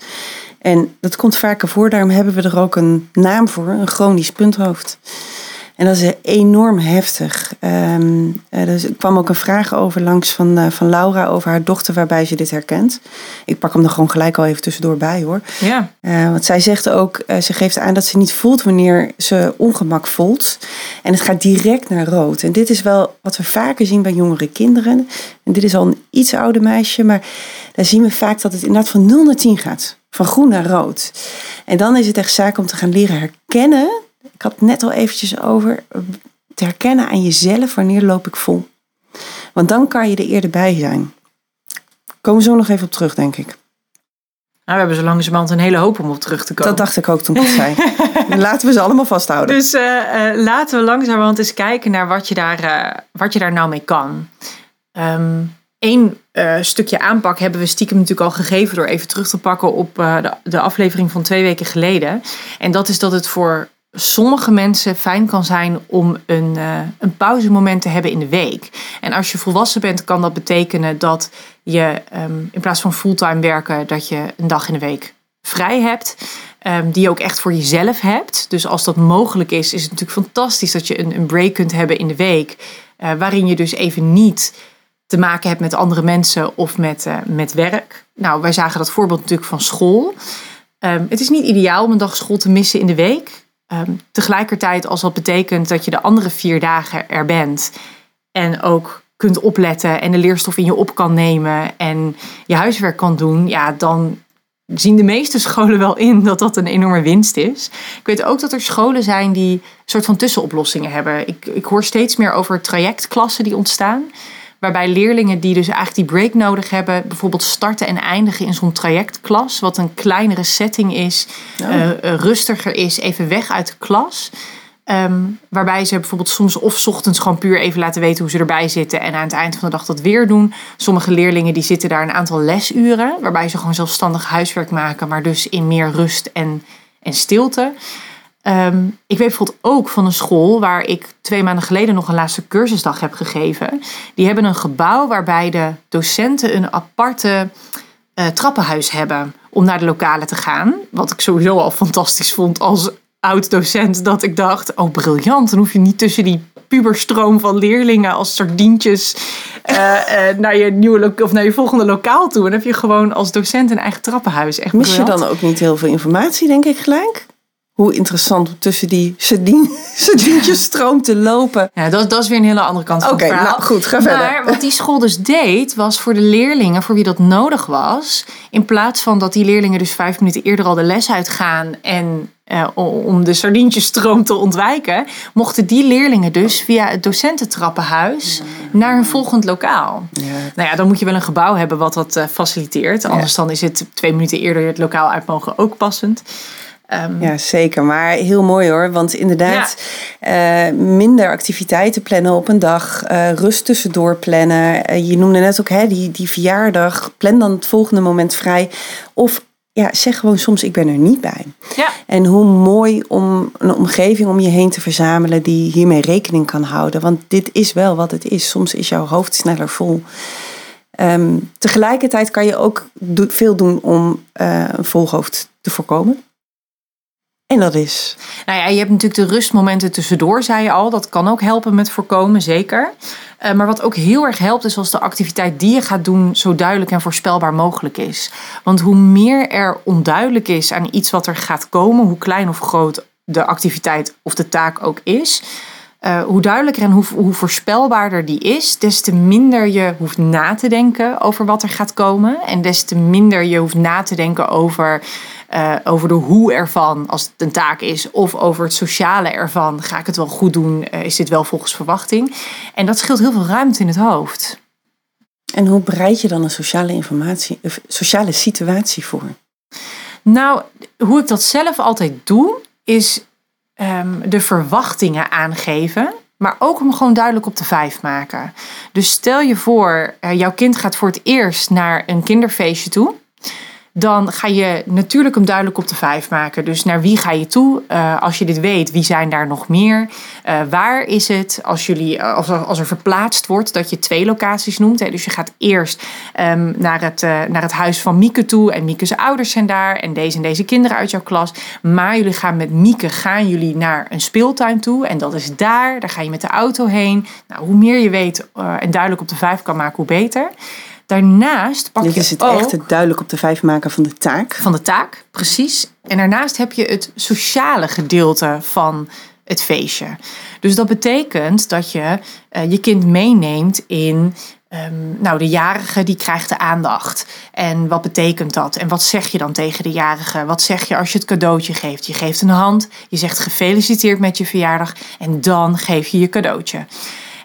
En dat komt vaker voor, daarom hebben we er ook een naam voor, een chronisch punthoofd. En dat is enorm heftig. Um, er kwam ook een vraag over langs van, uh, van Laura over haar dochter waarbij ze dit herkent. Ik pak hem er gewoon gelijk al even tussendoor bij hoor. Ja. Uh, want zij zegt ook, uh, ze geeft aan dat ze niet voelt wanneer ze ongemak voelt. En het gaat direct naar rood. En dit is wel wat we vaker zien bij jongere kinderen. En dit is al een iets ouder meisje, maar daar zien we vaak dat het inderdaad van nul naar tien gaat. Van groen naar rood. En dan is het echt zaak om te gaan leren herkennen. Ik had het net al eventjes over te herkennen aan jezelf wanneer loop ik vol. Want dan kan je er eerder bij zijn. Komen we zo nog even op terug, denk ik. Nou, we hebben zo langzamerhand een hele hoop om op terug te komen. Dat dacht ik ook toen ik het zei. Laten we ze allemaal vasthouden. Dus uh, uh, laten we langzamerhand eens kijken naar wat je daar, uh, wat je daar nou mee kan. Um, Eén uh, stukje aanpak hebben we stiekem natuurlijk al gegeven door even terug te pakken op uh, de, de aflevering van twee weken geleden. En dat is dat het voor sommige mensen fijn kan zijn om een, uh, een pauzemoment te hebben in de week. En als je volwassen bent, kan dat betekenen dat je um, in plaats van fulltime werken, dat je een dag in de week vrij hebt. Um, die je ook echt voor jezelf hebt. Dus als dat mogelijk is, is het natuurlijk fantastisch dat je een, een break kunt hebben in de week. Uh, waarin je dus even niet te maken hebt met andere mensen of met, uh, met werk. Nou, wij zagen dat voorbeeld natuurlijk van school. Um, het is niet ideaal om een dag school te missen in de week. Um, tegelijkertijd, als dat betekent dat je de andere vier dagen er bent en ook kunt opletten en de leerstof in je op kan nemen en je huiswerk kan doen, ja, dan zien de meeste scholen wel in dat dat een enorme winst is. Ik weet ook dat er scholen zijn die een soort van tussenoplossingen hebben. Ik, ik hoor steeds meer over trajectklassen die ontstaan, waarbij leerlingen die dus eigenlijk die break nodig hebben, bijvoorbeeld starten en eindigen in zo'n trajectklas, wat een kleinere setting is, oh. uh, rustiger is, even weg uit de klas. Um, waarbij ze bijvoorbeeld soms of 's ochtends gewoon puur even laten weten hoe ze erbij zitten en aan het eind van de dag dat weer doen. Sommige leerlingen die zitten daar een aantal lesuren, waarbij ze gewoon zelfstandig huiswerk maken, maar dus in meer rust en, en stilte. Um, ik weet bijvoorbeeld ook van een school waar ik twee maanden geleden nog een laatste cursusdag heb gegeven. Die hebben een gebouw waarbij de docenten een aparte uh, trappenhuis hebben om naar de lokalen te gaan. Wat ik sowieso al fantastisch vond als oud-docent, dat ik dacht, oh briljant, dan hoef je niet tussen die puberstroom van leerlingen als sardientjes uh, uh, naar je nieuwe lo- of naar je volgende lokaal toe. En dan heb je gewoon als docent een eigen trappenhuis. Echt Mis briljant. je dan ook niet heel veel informatie, denk ik gelijk? Hoe interessant om tussen die sardientjesstroom te lopen. Ja, dat, dat is weer een hele andere kant van Oké, het verhaal. nou goed, ga verder. Maar wat die school dus deed, was voor de leerlingen, voor wie dat nodig was, in plaats van dat die leerlingen dus vijf minuten eerder al de les uitgaan en uh, om de sardientjesstroom te ontwijken, mochten die leerlingen dus via het docententrappenhuis ja. naar een volgend lokaal. Ja. Nou ja, dan moet je wel een gebouw hebben wat dat uh, faciliteert. Anders ja. dan is het twee minuten eerder het lokaal uit mogen ook passend. Um, ja, zeker. Maar heel mooi hoor. Want inderdaad, ja. uh, minder activiteiten plannen op een dag. Uh, rust tussendoor plannen. Uh, je noemde net ook hè, die, die verjaardag. Plan dan het volgende moment vrij. Of ja, zeg gewoon soms ik ben er niet bij. Ja. En hoe mooi om een omgeving om je heen te verzamelen die hiermee rekening kan houden. Want dit is wel wat het is. Soms is jouw hoofd sneller vol. Um, tegelijkertijd kan je ook do- veel doen om uh, een volhoofd te voorkomen. En dat is? Nou ja, je hebt natuurlijk de rustmomenten tussendoor, zei je al. Dat kan ook helpen met voorkomen, zeker. Uh, maar wat ook heel erg helpt, is als de activiteit die je gaat doen zo duidelijk en voorspelbaar mogelijk is. Want hoe meer er onduidelijk is aan iets wat er gaat komen, hoe klein of groot de activiteit of de taak ook is, Uh, hoe duidelijker en hoe, hoe voorspelbaarder die is, des te minder je hoeft na te denken over wat er gaat komen. En des te minder je hoeft na te denken over, uh, over de hoe ervan, als het een taak is, of over het sociale ervan. Ga ik het wel goed doen? Uh, is dit wel volgens verwachting? En dat scheelt heel veel ruimte in het hoofd. En hoe bereid je dan een sociale, informatie, een sociale situatie voor? Nou, hoe ik dat zelf altijd doe, is Um, de verwachtingen aangeven, maar ook hem gewoon duidelijk op de vijf maken. Dus stel je voor, uh, jouw kind gaat voor het eerst naar een kinderfeestje toe. Dan ga je natuurlijk hem duidelijk op de vijf maken. Dus naar wie ga je toe? Uh, als je dit weet, wie zijn daar nog meer? Uh, waar is het? Als, jullie, uh, als, er, als er verplaatst wordt, dat je twee locaties noemt. Hè? Dus je gaat eerst um, naar, het, uh, naar het huis van Mieke toe. En Mieke's ouders zijn daar. En deze en deze kinderen uit jouw klas. Maar jullie gaan met Mieke gaan jullie naar een speeltuin toe. En dat is daar. Daar ga je met de auto heen. Nou, hoe meer je weet uh, en duidelijk op de vijf kan maken, hoe beter. Daarnaast pak Dit je is het ook echt het duidelijk op de vijf maken van de taak. Van de taak, precies. En daarnaast heb je het sociale gedeelte van het feestje. Dus dat betekent dat je uh, je kind meeneemt in Um, nou, de jarige die krijgt de aandacht. En wat betekent dat? En wat zeg je dan tegen de jarige? Wat zeg je als je het cadeautje geeft? Je geeft een hand, je zegt gefeliciteerd met je verjaardag en dan geef je je cadeautje.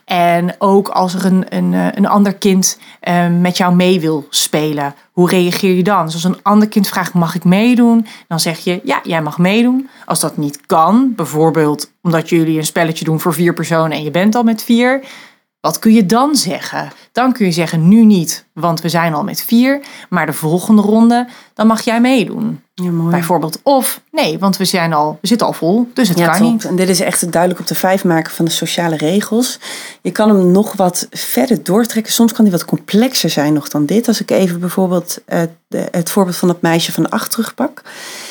En ook als er een, een, een ander kind uh, met jou mee wil spelen. Hoe reageer je dan? Dus als een ander kind vraagt, mag ik meedoen? Dan zeg je, ja, jij mag meedoen. Als dat niet kan, bijvoorbeeld omdat jullie een spelletje doen voor vier personen en je bent al met vier. Wat kun je dan zeggen? Dan kun je zeggen, nu niet, want we zijn al met vier. Maar de volgende ronde, dan mag jij meedoen. Ja, mooi. Bijvoorbeeld. Of nee, want we, zijn al, we zitten al vol, dus het ja, kan top. niet. En dit is echt duidelijk op de vijf maken van de sociale regels. Je kan hem nog wat verder doortrekken. Soms kan die wat complexer zijn nog dan dit. Als ik even bijvoorbeeld uh, de, het voorbeeld van dat meisje van acht terugpak.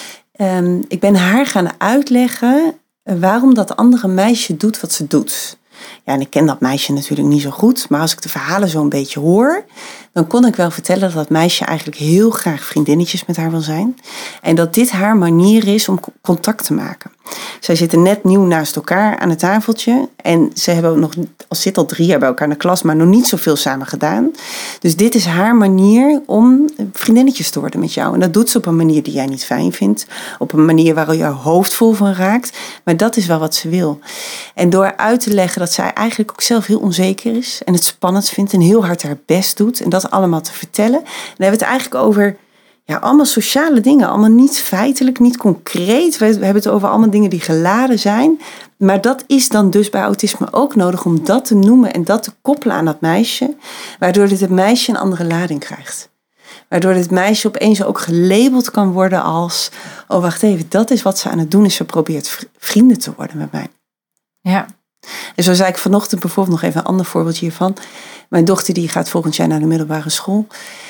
Um, ik ben haar gaan uitleggen waarom dat andere meisje doet wat ze doet. Ja, en ik ken dat meisje natuurlijk niet zo goed. Maar als ik de verhalen zo een beetje hoor, dan kon ik wel vertellen dat dat meisje eigenlijk heel graag vriendinnetjes met haar wil zijn. En dat dit haar manier is om contact te maken. Zij zitten net nieuw naast elkaar aan het tafeltje. En ze hebben ook nog, al zitten al drie jaar bij elkaar in de klas, maar nog niet zoveel samen gedaan. Dus dit is haar manier om vriendinnetjes te worden met jou. En dat doet ze op een manier die jij niet fijn vindt. Op een manier waar je hoofd vol van raakt. Maar dat is wel wat ze wil. En door uit te leggen dat zij eigenlijk ook zelf heel onzeker is. En het spannend vindt en heel hard haar best doet. En dat allemaal te vertellen. Dan hebben we het eigenlijk over ja, allemaal sociale dingen. Allemaal niet feitelijk, niet concreet. We hebben het over allemaal dingen die geladen zijn. Maar dat is dan dus bij autisme ook nodig om dat te noemen en dat te koppelen aan dat meisje. Waardoor dit het meisje een andere lading krijgt. Waardoor dit meisje opeens ook gelabeld kan worden als, oh wacht even, dat is wat ze aan het doen is. Ze probeert vrienden te worden met mij. Ja. En zo zei ik vanochtend bijvoorbeeld nog even een ander voorbeeldje hiervan. Mijn dochter die gaat volgend jaar naar de middelbare school.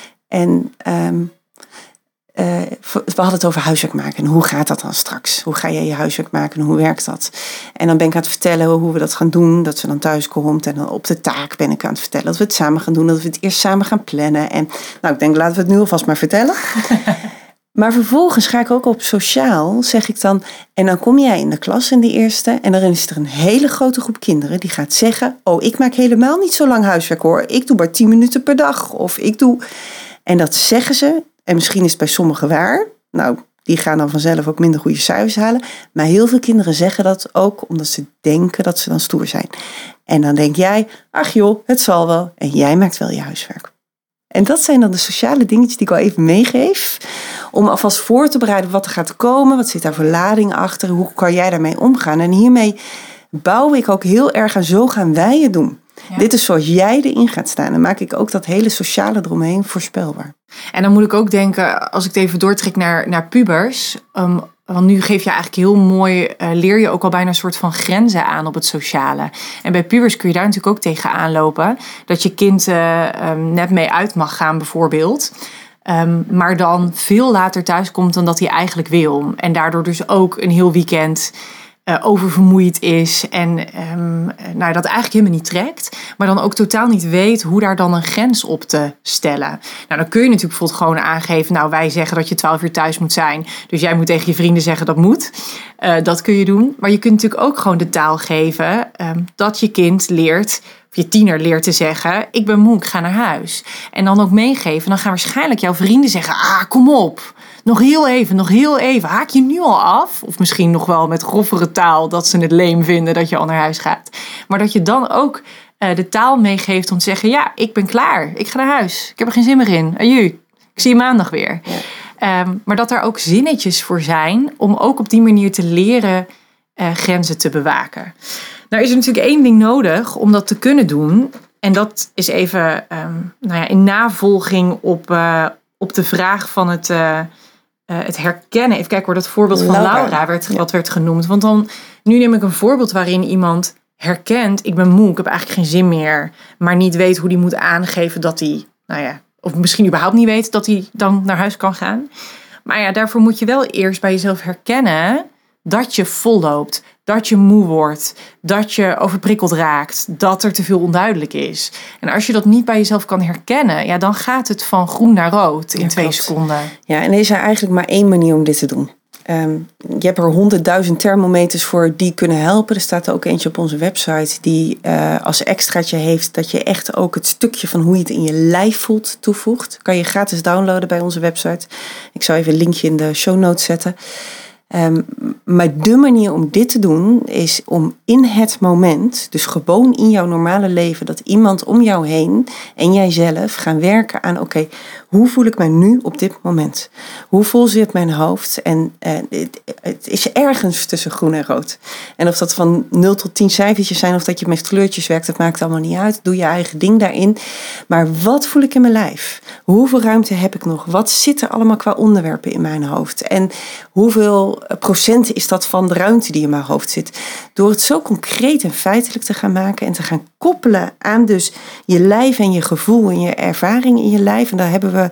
En um, uh, we hadden het over huiswerk maken. En hoe gaat dat dan straks? Hoe ga jij je huiswerk maken en hoe werkt dat? En dan ben ik aan het vertellen hoe we dat gaan doen. Dat ze dan thuis komt. En dan op de taak ben ik aan het vertellen dat we het samen gaan doen. Dat we het eerst samen gaan plannen. En nou, ik denk laten we het nu alvast maar vertellen. Maar vervolgens ga ik ook op sociaal, zeg ik dan, en dan kom jij in de klas in de eerste en dan is er een hele grote groep kinderen die gaat zeggen, oh, ik maak helemaal niet zo lang huiswerk hoor, ik doe maar tien minuten per dag of ik doe. En dat zeggen ze, en misschien is het bij sommigen waar, nou, die gaan dan vanzelf ook minder goede cijfers halen, maar heel veel kinderen zeggen dat ook omdat ze denken dat ze dan stoer zijn. En dan denk jij, ach joh, het zal wel, en jij maakt wel je huiswerk. En dat zijn dan de sociale dingetjes die ik al even meegeef. Om alvast voor te bereiden wat er gaat komen. Wat zit daar voor lading achter? Hoe kan jij daarmee omgaan? En hiermee bouw ik ook heel erg aan zo gaan wij het doen. Ja. Dit is zoals jij erin gaat staan. Dan maak ik ook dat hele sociale eromheen voorspelbaar. En dan moet ik ook denken, als ik het even doortrek naar, naar pubers. Um, want nu geef je eigenlijk heel mooi, uh, leer je ook al bijna een soort van grenzen aan op het sociale. En bij pubers kun je daar natuurlijk ook tegen aanlopen. Dat je kind uh, um, net mee uit mag gaan bijvoorbeeld. Um, maar dan veel later thuis komt dan dat hij eigenlijk wil. En daardoor dus ook een heel weekend uh, oververmoeid is. En um, nou, dat eigenlijk helemaal niet trekt. Maar dan ook totaal niet weet hoe daar dan een grens op te stellen. Nou, dan kun je natuurlijk bijvoorbeeld gewoon aangeven. Nou, wij zeggen dat je twaalf uur thuis moet zijn. Dus jij moet tegen je vrienden zeggen dat moet. Uh, dat kun je doen. Maar je kunt natuurlijk ook gewoon de taal geven. Um, dat je kind leert, of je tiener leert te zeggen, ik ben moe, ik ga naar huis. En dan ook meegeven. Dan gaan waarschijnlijk jouw vrienden zeggen, ah, kom op. Nog heel even, nog heel even. Haak je nu al af? Of misschien nog wel met grovere taal dat ze het leem vinden dat je al naar huis gaat. Maar dat je dan ook uh, de taal meegeeft om te zeggen, ja, ik ben klaar. Ik ga naar huis. Ik heb er geen zin meer in. Adieu. Ik zie je maandag weer. Ja. Um, maar dat er ook zinnetjes voor zijn om ook op die manier te leren uh, grenzen te bewaken. Nou is er natuurlijk één ding nodig om dat te kunnen doen. En dat is even um, nou ja, in navolging op, uh, op de vraag van het, uh, uh, het herkennen. Even kijken hoor, dat voorbeeld van Laura, Laura werd, ja. wat werd genoemd. Want dan, nu neem ik een voorbeeld waarin iemand herkent, ik ben moe, ik heb eigenlijk geen zin meer. Maar niet weet hoe die moet aangeven dat hij, nou ja, of misschien überhaupt niet weet dat hij dan naar huis kan gaan. Maar ja, daarvoor moet je wel eerst bij jezelf herkennen dat je volloopt. Dat je moe wordt, dat je overprikkeld raakt, dat er te veel onduidelijk is. En als je dat niet bij jezelf kan herkennen, ja, dan gaat het van groen naar rood in ja, twee klopt. seconden. Ja, en er is er eigenlijk maar één manier om dit te doen. Um, je hebt er honderdduizend thermometers voor die kunnen helpen. Er staat er ook eentje op onze website die uh, als extraatje heeft dat je echt ook het stukje van hoe je het in je lijf voelt toevoegt. Kan je gratis downloaden bij onze website. Ik zal even een linkje in de show notes zetten. Um, maar de manier om dit te doen is om in het moment, dus gewoon in jouw normale leven, dat iemand om jou heen en jijzelf gaan werken aan, oké, okay, hoe voel ik mij nu op dit moment? Hoe vol zit mijn hoofd? En uh, het, het is ergens tussen groen en rood. En of dat van nul tot tien cijfertjes zijn of dat je met kleurtjes werkt, dat maakt allemaal niet uit. Doe je eigen ding daarin. Maar wat voel ik in mijn lijf? Hoeveel ruimte heb ik nog? Wat zit er allemaal qua onderwerpen in mijn hoofd? En hoeveel procent is dat van de ruimte die in mijn hoofd zit? Door het zo concreet en feitelijk te gaan maken en te gaan koppelen aan dus je lijf en je gevoel en je ervaring in je lijf. En daar hebben we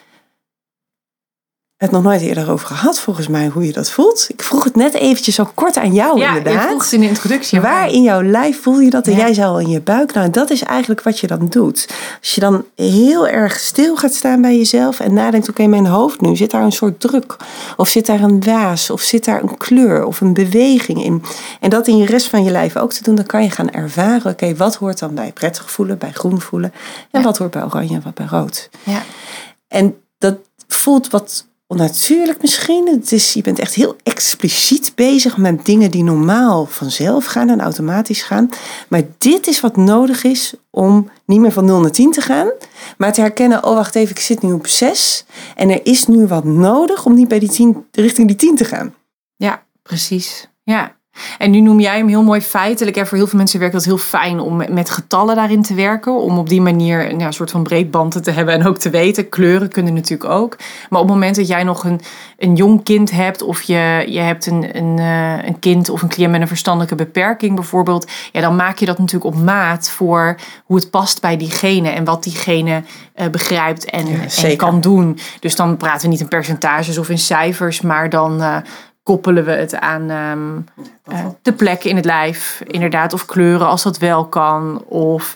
het nog nooit eerder over gehad, volgens mij, hoe je dat voelt. Ik vroeg het net eventjes zo kort aan jou, ja, inderdaad. Ja, je vroeg het in de introductie. Waar in jouw lijf voel je dat? En ja. jij zei al in je buik. Nou, dat is eigenlijk wat je dan doet. Als je dan heel erg stil gaat staan bij jezelf en nadenkt, oké, okay, mijn hoofd nu, zit daar een soort druk? Of zit daar een waas? Of zit daar een kleur? Of een beweging in? En dat in je rest van je lijf ook te doen, dan kan je gaan ervaren, oké, okay, wat hoort dan bij prettig voelen, bij groen voelen? En ja. wat hoort bij oranje en wat bij rood? Ja. En dat voelt wat onnatuurlijk misschien. Het is, je bent echt heel expliciet bezig met dingen die normaal vanzelf gaan en automatisch gaan. Maar dit is wat nodig is om niet meer van nul naar tien te gaan. Maar te herkennen, oh wacht even, ik zit nu op zes. En er is nu wat nodig om niet bij die tien, richting die tien te gaan. Ja, precies. Ja. En nu noem jij hem heel mooi feitelijk. En voor heel veel mensen werkt dat heel fijn om met getallen daarin te werken. Om op die manier een ja, soort van breedband te hebben en ook te weten. Kleuren kunnen natuurlijk ook. Maar op het moment dat jij nog een, een jong kind hebt. Of je, je hebt een, een, een kind of een cliënt met een verstandelijke beperking bijvoorbeeld. Ja, dan maak je dat natuurlijk op maat voor hoe het past bij diegene. En wat diegene uh, begrijpt en, ja, en kan doen. Dus dan praten we niet in percentages of in cijfers. Maar dan Uh, koppelen we het aan um, uh, de plekken in het lijf, inderdaad, of kleuren als dat wel kan. Of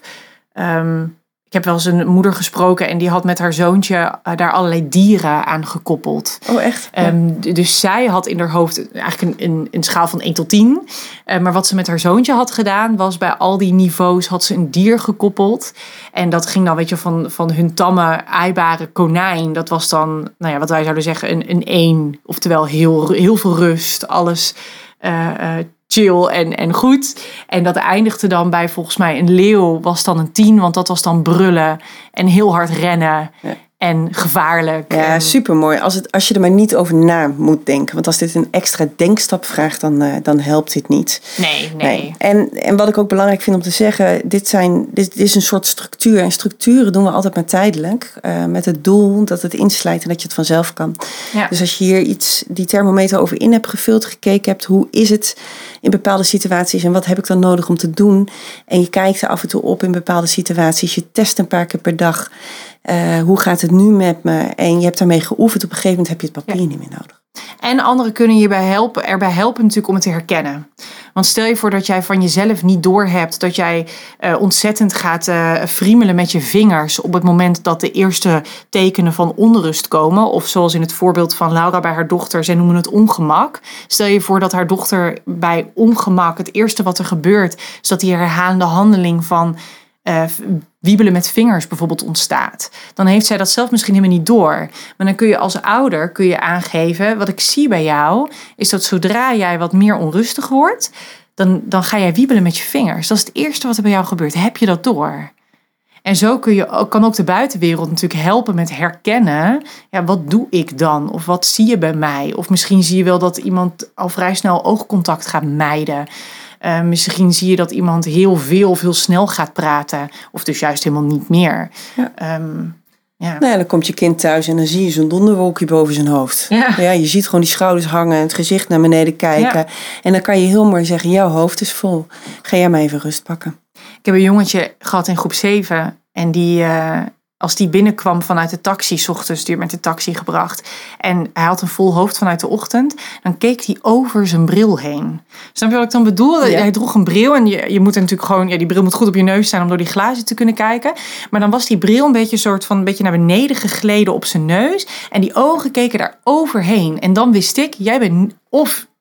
um, ik heb wel eens een moeder gesproken en die had met haar zoontje uh, daar allerlei dieren aan gekoppeld. Oh, echt? Ja. Um, dus zij had in haar hoofd eigenlijk een, een, een schaal van één tot tien. Uh, maar wat ze met haar zoontje had gedaan, was bij al die niveaus had ze een dier gekoppeld. En dat ging dan, weet je, van, van hun tamme, aaibare konijn. Dat was dan, nou ja, wat wij zouden zeggen, een, een één. Oftewel heel, heel veel rust, alles uh, uh, chill en, en goed. En dat eindigde dan bij, volgens mij, een leeuw was dan een tien. Want dat was dan brullen en heel hard rennen. Ja. En gevaarlijk. Ja, en supermooi. Als, het, als je er maar niet over na moet denken. Want als dit een extra denkstap vraagt, dan, uh, dan helpt dit niet. Nee, nee. nee. En, en wat ik ook belangrijk vind om te zeggen, dit, zijn, dit, dit is een soort structuur. En structuren doen we altijd maar tijdelijk. Uh, met het doel dat het inslijt en dat je het vanzelf kan. Ja. Dus als je hier iets, die thermometer over in hebt gevuld, gekeken hebt, hoe is het in bepaalde situaties en wat heb ik dan nodig om te doen? En je kijkt er af en toe op in bepaalde situaties. Je test een paar keer per dag. Uh, hoe gaat het nu met me? En je hebt daarmee geoefend. Op een gegeven moment heb je het papier ja. niet meer nodig. En anderen kunnen je bij helpen, erbij helpen natuurlijk om het te herkennen. Want stel je voor dat jij van jezelf niet doorhebt dat jij uh, ontzettend gaat uh, friemelen met je vingers op het moment dat de eerste tekenen van onrust komen. Of zoals in het voorbeeld van Laura bij haar dochter, zij noemen het ongemak. Stel je voor dat haar dochter bij ongemak, het eerste wat er gebeurt, is dat die herhalende handeling van Uh, wiebelen met vingers bijvoorbeeld ontstaat. Dan heeft zij dat zelf misschien helemaal niet door. Maar dan kun je als ouder kun je aangeven, wat ik zie bij jou, is dat zodra jij wat meer onrustig wordt, dan, dan ga jij wiebelen met je vingers. Dat is het eerste wat er bij jou gebeurt. Heb je dat door? En zo kun je, kan ook de buitenwereld natuurlijk helpen met herkennen. Ja, wat doe ik dan? Of wat zie je bij mij? Of misschien zie je wel dat iemand al vrij snel oogcontact gaat mijden. Uh, misschien zie je dat iemand heel veel of heel snel gaat praten. Of dus juist helemaal niet meer. Ja. Um, ja. Nou ja, dan komt je kind thuis en dan zie je zo'n donderwolkje boven zijn hoofd. Ja. Ja, je ziet gewoon die schouders hangen en het gezicht naar beneden kijken. Ja. En dan kan je heel mooi zeggen, jouw hoofd is vol. Ga jij maar even rust pakken. Ik heb een jongetje gehad in groep zeven. En die, uh, als die binnenkwam vanuit de taxi, 's ochtends, die werd met de taxi gebracht. En hij had een vol hoofd vanuit de ochtend. Dan keek hij over zijn bril heen. Snap je wat ik dan bedoel? Ja. Hij droeg een bril en je, je moet er natuurlijk gewoon, ja, die bril moet goed op je neus staan om door die glazen te kunnen kijken. Maar dan was die bril een beetje een soort van, een beetje naar beneden gegleden op zijn neus. En die ogen keken daar overheen. En dan wist ik, jij bent of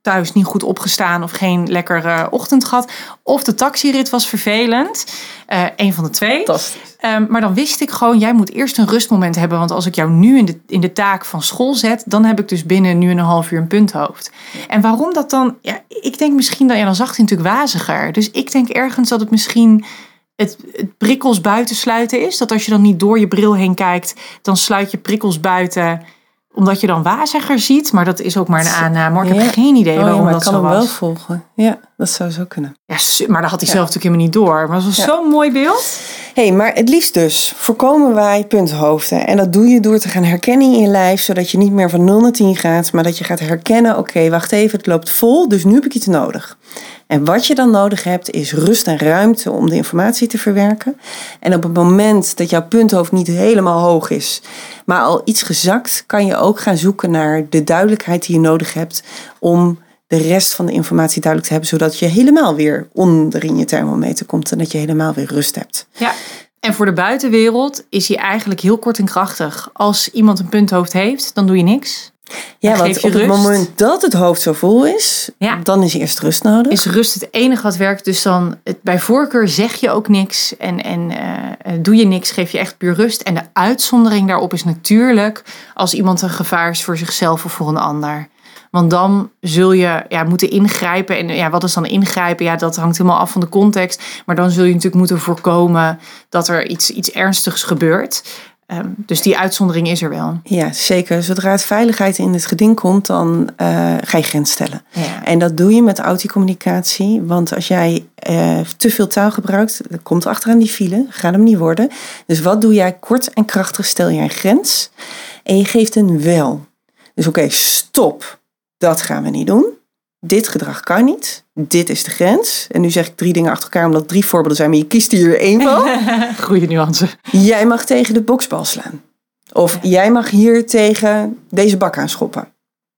thuis niet goed opgestaan of geen lekkere ochtend gehad. Of de taxirit was vervelend. Uh, een van de twee. Fantastisch. Um, maar dan wist ik gewoon, jij moet eerst een rustmoment hebben. Want als ik jou nu in de, in de taak van school zet, dan heb ik dus binnen nu en een half uur een punthoofd. En waarom dat dan? Ja, ik denk misschien dat, ja, dan zag hij natuurlijk waziger. Dus ik denk ergens dat het misschien het, het prikkels buitensluiten is. Dat als je dan niet door je bril heen kijkt, dan sluit je prikkels buiten, omdat je dan waziger ziet. Maar dat is ook maar een aanname. Maar ik ja. heb geen idee oh, waarom ja, maar dat zo was. Ik kan hem wel volgen. Ja, dat zou zo kunnen. Ja, maar dat had hij ja. zelf natuurlijk helemaal niet door. Maar dat was ja. zo'n mooi beeld. Hé, hey, maar het liefst dus voorkomen wij punthoofden. En dat doe je door te gaan herkennen in je lijf, zodat je niet meer van nul naar tien gaat, maar dat je gaat herkennen, oké, okay, wacht even, het loopt vol, dus nu heb ik iets nodig. En wat je dan nodig hebt is rust en ruimte om de informatie te verwerken. En op het moment dat jouw punthoofd niet helemaal hoog is, maar al iets gezakt, kan je ook gaan zoeken naar de duidelijkheid die je nodig hebt om de rest van de informatie duidelijk te hebben, zodat je helemaal weer onder in je thermometer komt en dat je helemaal weer rust hebt. Ja, en voor de buitenwereld is hij eigenlijk heel kort en krachtig. Als iemand een punthoofd heeft, dan doe je niks. Ja, want op het moment dat het hoofd zo vol is, ja. dan is eerst rust nodig. Is rust het enige wat werkt. Dus dan het, bij voorkeur zeg je ook niks en, en uh, doe je niks, geef je echt puur rust. En de uitzondering daarop is natuurlijk als iemand een gevaar is voor zichzelf of voor een ander. Want dan zul je ja, moeten ingrijpen. En ja, wat is dan ingrijpen? Ja, dat hangt helemaal af van de context. Maar dan zul je natuurlijk moeten voorkomen dat er iets, iets ernstigs gebeurt. Um, dus die uitzondering is er wel. Ja, zeker. Zodra het veiligheid in het geding komt, dan uh, ga je grens stellen. Ja. En dat doe je met auticommunicatie. Want als jij uh, te veel taal gebruikt, dat komt achteraan die file. Gaat hem niet worden. Dus wat doe jij? Kort en krachtig stel je een grens. En je geeft een wel. Dus oké, okay, stop. Dat gaan we niet doen. Dit gedrag kan niet. Dit is de grens. En nu zeg ik drie dingen achter elkaar, omdat het drie voorbeelden zijn, maar je kiest hier één van. Goeie nuance. Jij mag tegen de boksbal slaan. Of ja. jij mag hier tegen deze bak aanschoppen.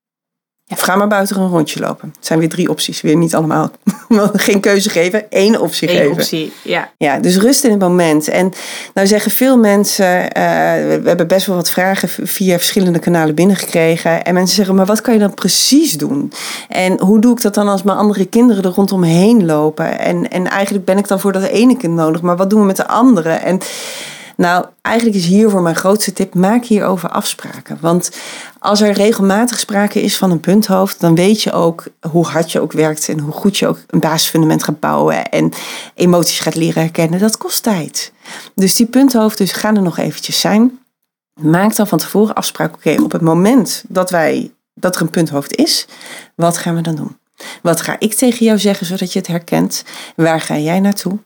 Ja. Of ga maar buiten een rondje lopen. Het zijn weer drie opties. Weer niet allemaal. Geen keuze geven. Eén optie Eén geven. optie, ja. Ja, dus rust in het moment. En nou zeggen veel mensen, uh, we hebben best wel wat vragen via verschillende kanalen binnengekregen. En mensen zeggen, maar wat kan je dan precies doen? En hoe doe ik dat dan als mijn andere kinderen er rondom heen lopen? En, en eigenlijk ben ik dan voor dat ene kind nodig. Maar wat doen we met de andere? En nou, eigenlijk is hiervoor mijn grootste tip, maak hierover afspraken. Want als er regelmatig sprake is van een punthoofd, dan weet je ook hoe hard je ook werkt en hoe goed je ook een basisfundament gaat bouwen en emoties gaat leren herkennen. Dat kost tijd. Dus die punthoofd, dus gaan er nog eventjes zijn. Maak dan van tevoren afspraken. Oké, okay, op het moment dat, wij, dat er een punthoofd is, wat gaan we dan doen? Wat ga ik tegen jou zeggen, zodat je het herkent? Waar ga jij naartoe?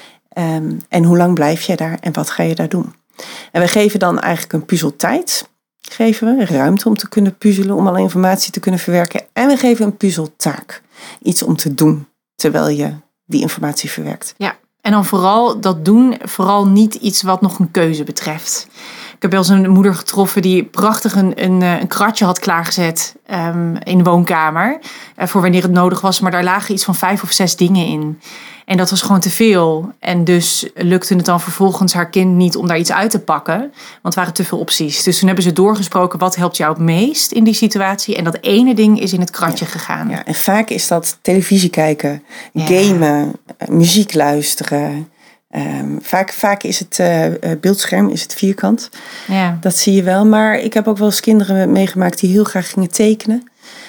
Um, en hoe lang blijf jij daar en wat ga je daar doen? En we geven dan eigenlijk een puzzeltijd. Geven we ruimte om te kunnen puzzelen, om alle informatie te kunnen verwerken. En we geven een puzzeltaak. Iets om te doen terwijl je die informatie verwerkt. Ja, en dan vooral dat doen, vooral niet iets wat nog een keuze betreft. Ik heb wel eens een moeder getroffen die prachtig een, een, een kratje had klaargezet um, in de woonkamer. Uh, voor wanneer het nodig was, maar daar lagen iets van vijf of zes dingen in. En dat was gewoon te veel. En dus lukte het dan vervolgens haar kind niet om daar iets uit te pakken. Want het waren te veel opties. Dus toen hebben ze doorgesproken, wat helpt jou het meest in die situatie? En dat ene ding is in het kratje ja. gegaan. Ja, en vaak is dat televisie kijken, ja. gamen, muziek luisteren. Um, vaak, vaak is het uh, beeldscherm is het vierkant. Ja. Dat zie je wel. Maar ik heb ook wel eens kinderen meegemaakt die heel graag gingen tekenen.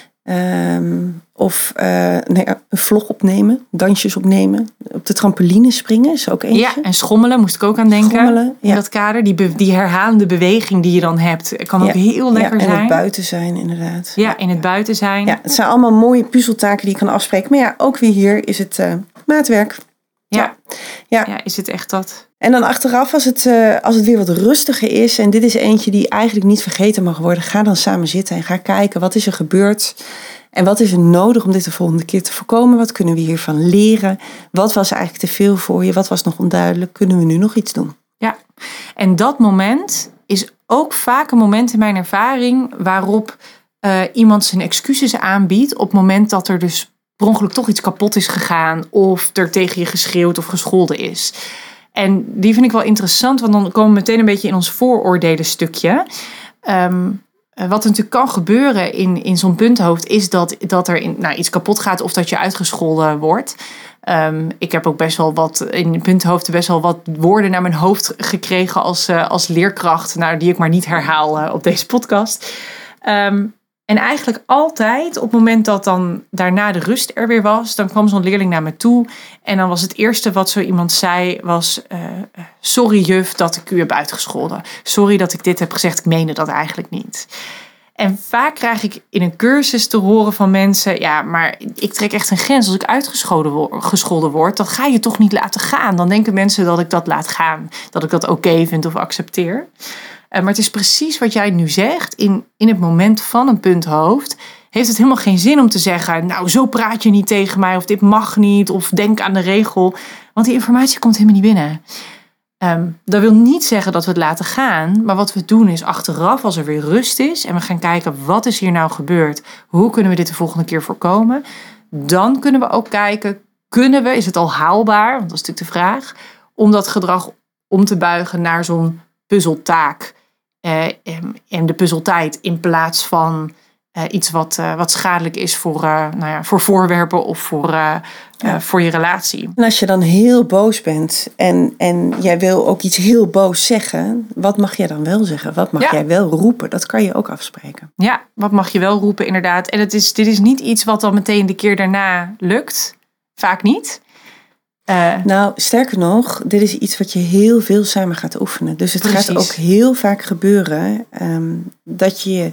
Um, of uh, nee, een vlog opnemen, dansjes opnemen, op de trampoline springen is ook eentje. Ja, en schommelen moest ik ook aan denken. Schommelen, in ja. dat kader, die, be- die herhalende beweging die je dan hebt, kan ook ja, heel lekker ja, en zijn. En het buiten zijn inderdaad. Ja, ja, in het buiten zijn. Ja, het zijn allemaal mooie puzzeltaken die je kan afspreken. Maar ja, ook weer hier is het uh, maatwerk. Ja. Ja. ja, is het echt dat? En dan achteraf, als het, uh, als het weer wat rustiger is, en dit is eentje die eigenlijk niet vergeten mag worden, ga dan samen zitten en ga kijken, wat is er gebeurd? En wat is er nodig om dit de volgende keer te voorkomen? Wat kunnen we hiervan leren? Wat was eigenlijk te veel voor je? Wat was nog onduidelijk? Kunnen we nu nog iets doen? Ja, en dat moment is ook vaak een moment in mijn ervaring waarop uh, iemand zijn excuses aanbiedt op het moment dat er dus per ongeluk toch iets kapot is gegaan of er tegen je geschreeuwd of gescholden is. En die vind ik wel interessant, want dan komen we meteen een beetje in ons vooroordelen stukje. Um, wat er natuurlijk kan gebeuren in, in zo'n punthoofd is dat, dat er in, nou, iets kapot gaat of dat je uitgescholden wordt. Um, ik heb ook best wel wat in punthoofden best wel wat woorden naar mijn hoofd gekregen als, uh, als leerkracht, nou, die ik maar niet herhaal uh, op deze podcast. Um, en eigenlijk altijd op het moment dat dan daarna de rust er weer was, dan kwam zo'n leerling naar me toe en dan was het eerste wat zo iemand zei was, uh, sorry juf dat ik u heb uitgescholden. Sorry dat ik dit heb gezegd, ik meende dat eigenlijk niet. En vaak krijg ik in een cursus te horen van mensen, ja, maar ik trek echt een grens. Als ik uitgescholden word, dan ga je toch niet laten gaan. Dan denken mensen dat ik dat laat gaan, dat ik dat oké vind of accepteer. Uh, maar het is precies wat jij nu zegt. In, in het moment van een punthoofd heeft het helemaal geen zin om te zeggen, nou, zo praat je niet tegen mij, of dit mag niet, of denk aan de regel. Want die informatie komt helemaal niet binnen. Um, dat wil niet zeggen dat we het laten gaan, maar wat we doen is achteraf, als er weer rust is en we gaan kijken, wat is hier nou gebeurd? Hoe kunnen we dit de volgende keer voorkomen? Dan kunnen we ook kijken, kunnen we, is het al haalbaar, want dat is natuurlijk de vraag, om dat gedrag om te buigen naar zo'n puzzeltaak eh, en de puzzeltijd in plaats van uh, iets wat, uh, wat schadelijk is voor, uh, nou ja, voor voorwerpen of voor, uh, ja. uh, voor je relatie. En als je dan heel boos bent en, en jij wil ook iets heel boos zeggen, wat mag jij dan wel zeggen? Wat mag ja. jij wel roepen? Dat kan je ook afspreken. Ja, wat mag je wel roepen inderdaad. En het is, dit is niet iets wat dan meteen de keer daarna lukt. Vaak niet. Uh, nou, sterker nog, dit is iets wat je heel veel samen gaat oefenen. Dus het precies. gaat ook heel vaak gebeuren um, dat je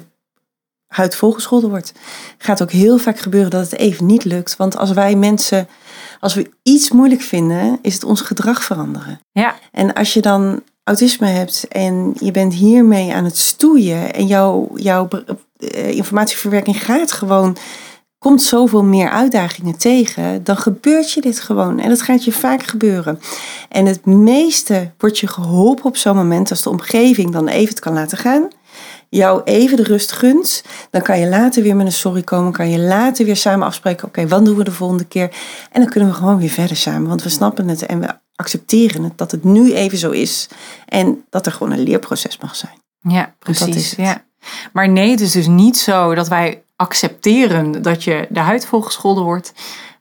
huid volgescholden wordt. Het gaat ook heel vaak gebeuren dat het even niet lukt. Want als wij mensen, als we iets moeilijk vinden, is het ons gedrag veranderen. Ja. En als je dan autisme hebt en je bent hiermee aan het stoeien en jouw, jouw uh, informatieverwerking gaat gewoon, komt zoveel meer uitdagingen tegen, dan gebeurt je dit gewoon. En dat gaat je vaak gebeuren. En het meeste wordt je geholpen op zo'n moment als de omgeving dan even het kan laten gaan, jou even de rust gunt, dan kan je later weer met een sorry komen, kan je later weer samen afspreken, oké, okay, wat doen we de volgende keer? En dan kunnen we gewoon weer verder samen, want we snappen het en we accepteren het, dat het nu even zo is en dat er gewoon een leerproces mag zijn. Ja, precies. Ja. Maar nee, het is dus niet zo dat wij accepteren dat je de huid volgescholden wordt.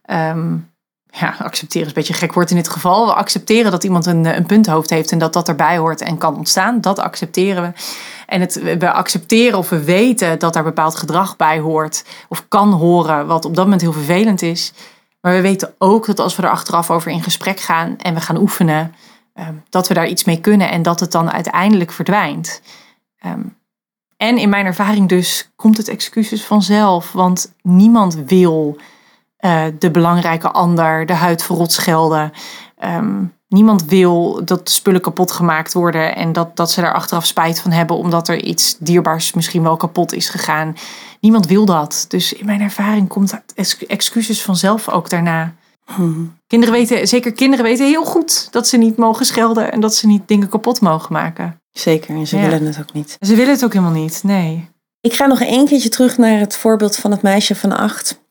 Um, ja, accepteren is een beetje een gek woord in dit geval. We accepteren dat iemand een, een punthoofd heeft en dat dat erbij hoort en kan ontstaan. Dat accepteren we. En het, we accepteren of we weten dat daar bepaald gedrag bij hoort of kan horen, wat op dat moment heel vervelend is. Maar we weten ook dat als we er achteraf over in gesprek gaan en we gaan oefenen, um, dat we daar iets mee kunnen en dat het dan uiteindelijk verdwijnt. Um, en in mijn ervaring dus komt het excuses vanzelf, want niemand wil uh, de belangrijke ander de huid verrot schelden. Um, niemand wil dat de spullen kapot gemaakt worden en dat, dat ze daar achteraf spijt van hebben omdat er iets dierbaars misschien wel kapot is gegaan. Niemand wil dat. Dus in mijn ervaring komt het excuses vanzelf ook daarna. Hmm. Kinderen weten, zeker kinderen weten heel goed dat ze niet mogen schelden en dat ze niet dingen kapot mogen maken. Zeker, en ze ja. willen het ook niet. Ze willen het ook helemaal niet, nee. Ik ga nog één keertje terug naar het voorbeeld van het meisje van acht.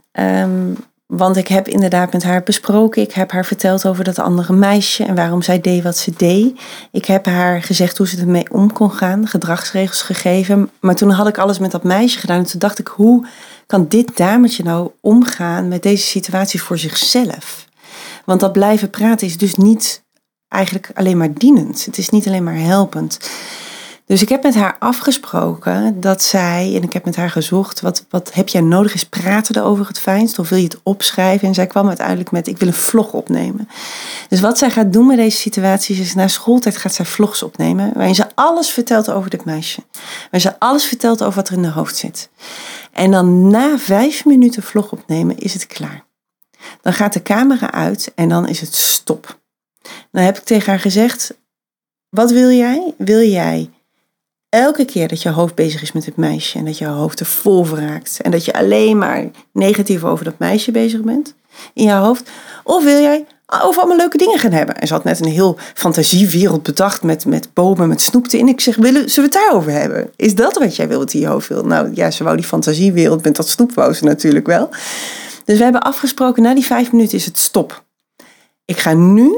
Um, want ik heb inderdaad met haar besproken. Ik heb haar verteld over dat andere meisje en waarom zij deed wat ze deed. Ik heb haar gezegd hoe ze ermee om kon gaan, gedragsregels gegeven. Maar toen had ik alles met dat meisje gedaan. En toen dacht ik, hoe kan dit dametje nou omgaan met deze situatie voor zichzelf? Want dat blijven praten is dus niet eigenlijk alleen maar dienend. Het is niet alleen maar helpend. Dus ik heb met haar afgesproken dat zij, en ik heb met haar gezocht, wat, wat heb jij nodig? Is praten erover het fijnst? Of wil je het opschrijven? En zij kwam uiteindelijk met, ik wil een vlog opnemen. Dus wat zij gaat doen met deze situaties is, na schooltijd gaat zij vlogs opnemen, waarin ze alles vertelt over dit meisje. Waarin ze alles vertelt over wat er in haar hoofd zit. En dan na vijf minuten vlog opnemen is het klaar. Dan gaat de camera uit en dan is het stop. Dan heb ik tegen haar gezegd, wat wil jij? Wil jij elke keer dat je hoofd bezig is met het meisje en dat je hoofd er vol voor raakt en dat je alleen maar negatief over dat meisje bezig bent in je hoofd? Of wil jij over allemaal leuke dingen gaan hebben? En ze had net een heel fantasiewereld bedacht met, met bomen, met snoepte. En ik zeg, willen, zullen we het daarover hebben? Is dat wat jij wil, wat in je hoofd wil? Nou ja, ze wou die fantasiewereld met dat snoep wou ze natuurlijk wel. Dus we hebben afgesproken, na die vijf minuten is het stop. Ik ga nu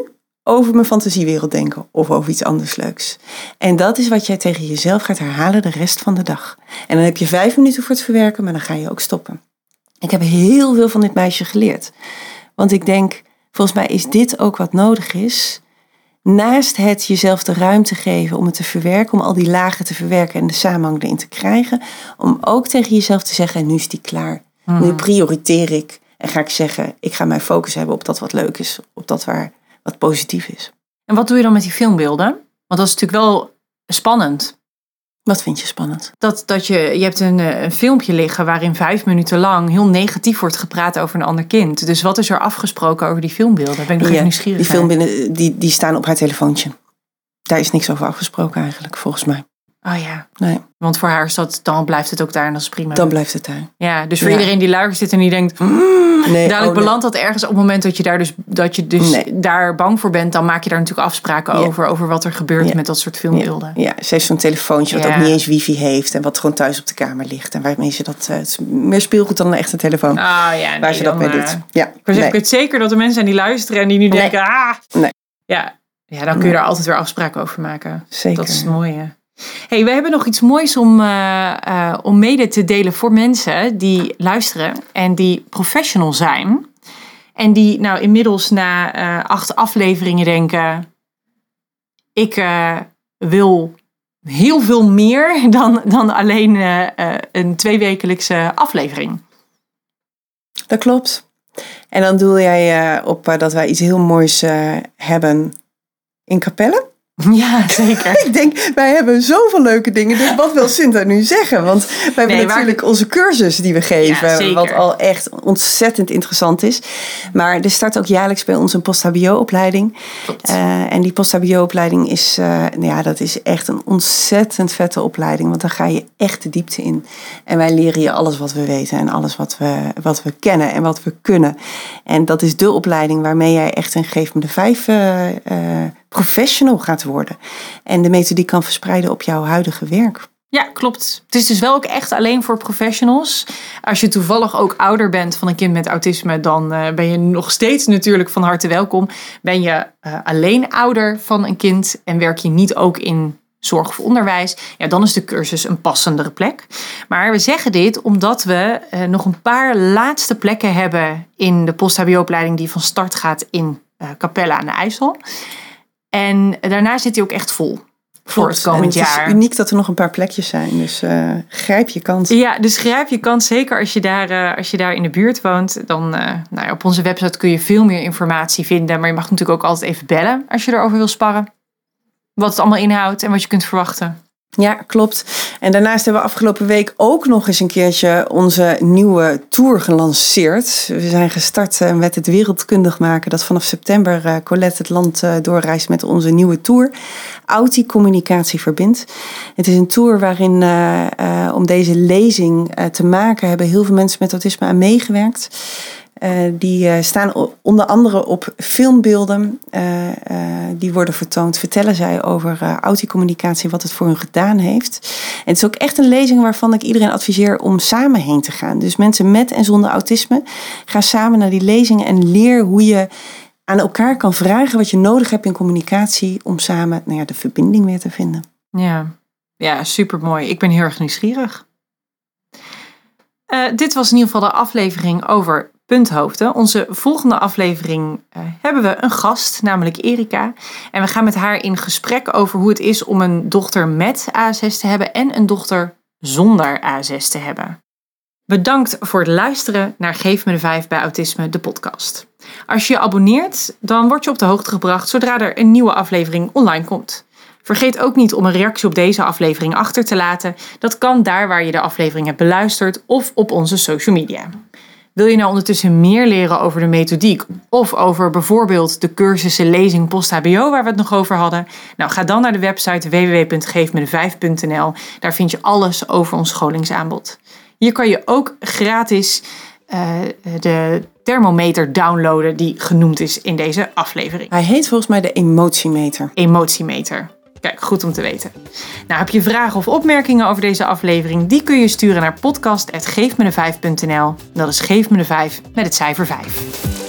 over mijn fantasiewereld denken of over iets anders leuks. En dat is wat jij tegen jezelf gaat herhalen de rest van de dag. En dan heb je vijf minuten voor het verwerken, maar dan ga je ook stoppen. Ik heb heel veel van dit meisje geleerd. Want ik denk, volgens mij is dit ook wat nodig is. Naast het jezelf de ruimte geven om het te verwerken, om al die lagen te verwerken en de samenhang erin te krijgen. Om ook tegen jezelf te zeggen, nu is die klaar. Hmm. Nu prioriteer ik en ga ik zeggen, ik ga mijn focus hebben op dat wat leuk is. Op dat waar wat positief is. En wat doe je dan met die filmbeelden? Want dat is natuurlijk wel spannend. Wat vind je spannend? Dat, dat je, je hebt een, een filmpje liggen waarin vijf minuten lang heel negatief wordt gepraat over een ander kind. Dus wat is er afgesproken over die filmbeelden? Ben ik nog ja, even nieuwsgierig. Die filmbeelden die, die staan op haar telefoontje. Daar is niks over afgesproken eigenlijk, volgens mij. Oh ja. Nee. Want voor haar is dat, dan blijft het ook daar en dat is prima. Dan blijft het daar. Ja, dus voor ja. iedereen die luistert zit en die denkt, mm, nee, dadelijk oh, belandt nee. dat ergens op het moment dat je daar dus, dat je dus nee. daar bang voor bent, dan maak je daar natuurlijk afspraken ja. over, over wat er gebeurt ja. met dat soort filmbeelden. Ja, ja. Ze heeft zo'n telefoontje wat ja. ook niet eens wifi heeft en wat gewoon thuis op de kamer ligt. En waarmee ze dat, uh, het is meer speelgoed dan een echte telefoon. Oh, ja, nee, waar ze dat mee doet. Ja. Ik nee. weet zeker dat er mensen zijn die luisteren en die nu nee. denken, ah. Nee. Ja. ja, dan kun je nee. daar altijd weer afspraken over maken. Zeker. Dat is het mooie. Hey, we hebben nog iets moois om, uh, uh, om mede te delen voor mensen die luisteren en die professional zijn. En die nou inmiddels na uh, acht afleveringen denken, ik uh, wil heel veel meer dan, dan alleen uh, uh, een tweewekelijkse aflevering. Dat klopt. En dan doel jij uh, op uh, dat wij iets heel moois uh, hebben in Capelle. Ja, zeker. Ik denk, wij hebben zoveel leuke dingen. Dus wat wil Sinta nu zeggen? Want wij hebben nee, natuurlijk waar... onze cursus die we geven. Ja, wat al echt ontzettend interessant is. Maar er start ook jaarlijks bij ons een post-H B O-opleiding. Uh, en die post-H B O-opleiding is, uh, nou ja, dat is echt een ontzettend vette opleiding. Want dan ga je echt de diepte in. En wij leren je alles wat we weten. En alles wat we, wat we kennen en wat we kunnen. En dat is de opleiding waarmee jij echt een Geef me de Vijf uh, uh, professional gaat worden. En de methodiek kan verspreiden op jouw huidige werk. Ja, klopt. Het is dus wel ook echt alleen voor professionals. Als je toevallig ook ouder bent van een kind met autisme, dan uh, ben je nog steeds natuurlijk van harte welkom. Ben je uh, alleen ouder van een kind en werk je niet ook in zorg of onderwijs, ja, dan is de cursus een passendere plek. Maar we zeggen dit omdat we uh, nog een paar laatste plekken hebben in de post-H B O-opleiding die van start gaat in uh, Capelle aan de IJssel. En daarna zit hij ook echt vol voor het komend jaar. Het is uniek dat er nog een paar plekjes zijn. Dus uh, grijp je kans. Ja, dus grijp je kans. Zeker als je daar, uh, als je daar in de buurt woont. Dan, uh, nou ja, op onze website kun je veel meer informatie vinden. Maar je mag natuurlijk ook altijd even bellen als je erover wil sparren. Wat het allemaal inhoudt en wat je kunt verwachten. Ja, klopt. En daarnaast hebben we afgelopen week ook nog eens een keertje onze nieuwe tour gelanceerd. We zijn gestart met het wereldkundig maken dat vanaf september Colette het land doorreist met onze nieuwe tour. Auti Communicatie Verbindt. Het is een tour waarin, uh, uh, om deze lezing uh, te maken, hebben heel veel mensen met autisme aan meegewerkt. Uh, die uh, staan onder andere op filmbeelden. Uh, uh, die worden vertoond. Vertellen zij over uh, auticommunicatie, wat het voor hun gedaan heeft. En het is ook echt een lezing waarvan ik iedereen adviseer om samen heen te gaan. Dus mensen met en zonder autisme, ga samen naar die lezing en leer hoe je aan elkaar kan vragen wat je nodig hebt in communicatie om samen nou ja, de verbinding weer te vinden. Ja, ja, supermooi. Ik ben heel erg nieuwsgierig. Uh, dit was in ieder geval de aflevering over punthoofden. Onze volgende aflevering uh, hebben we een gast, namelijk Erika. En we gaan met haar in gesprek over hoe het is om een dochter met A S S te hebben en een dochter zonder A S S te hebben. Bedankt voor het luisteren naar Geef me de Vijf bij Autisme, de podcast. Als je je abonneert, dan word je op de hoogte gebracht zodra er een nieuwe aflevering online komt. Vergeet ook niet om een reactie op deze aflevering achter te laten. Dat kan daar waar je de aflevering hebt beluisterd of op onze social media. Wil je nou ondertussen meer leren over de methodiek of over bijvoorbeeld de cursussen lezing post-H B O waar we het nog over hadden? Nou, ga dan naar de website w w w punt geef me de vijf punt n l. Daar vind je alles over ons scholingsaanbod. Hier kan je ook gratis uh, de thermometer downloaden die genoemd is in deze aflevering. Hij heet volgens mij de emotiemeter. Emotiemeter. Kijk, goed om te weten. Nou, heb je vragen of opmerkingen over deze aflevering? Die kun je sturen naar podcast apenstaartje geef me de vijf punt n l. Dat is Geef me de vijf met het cijfer vijf.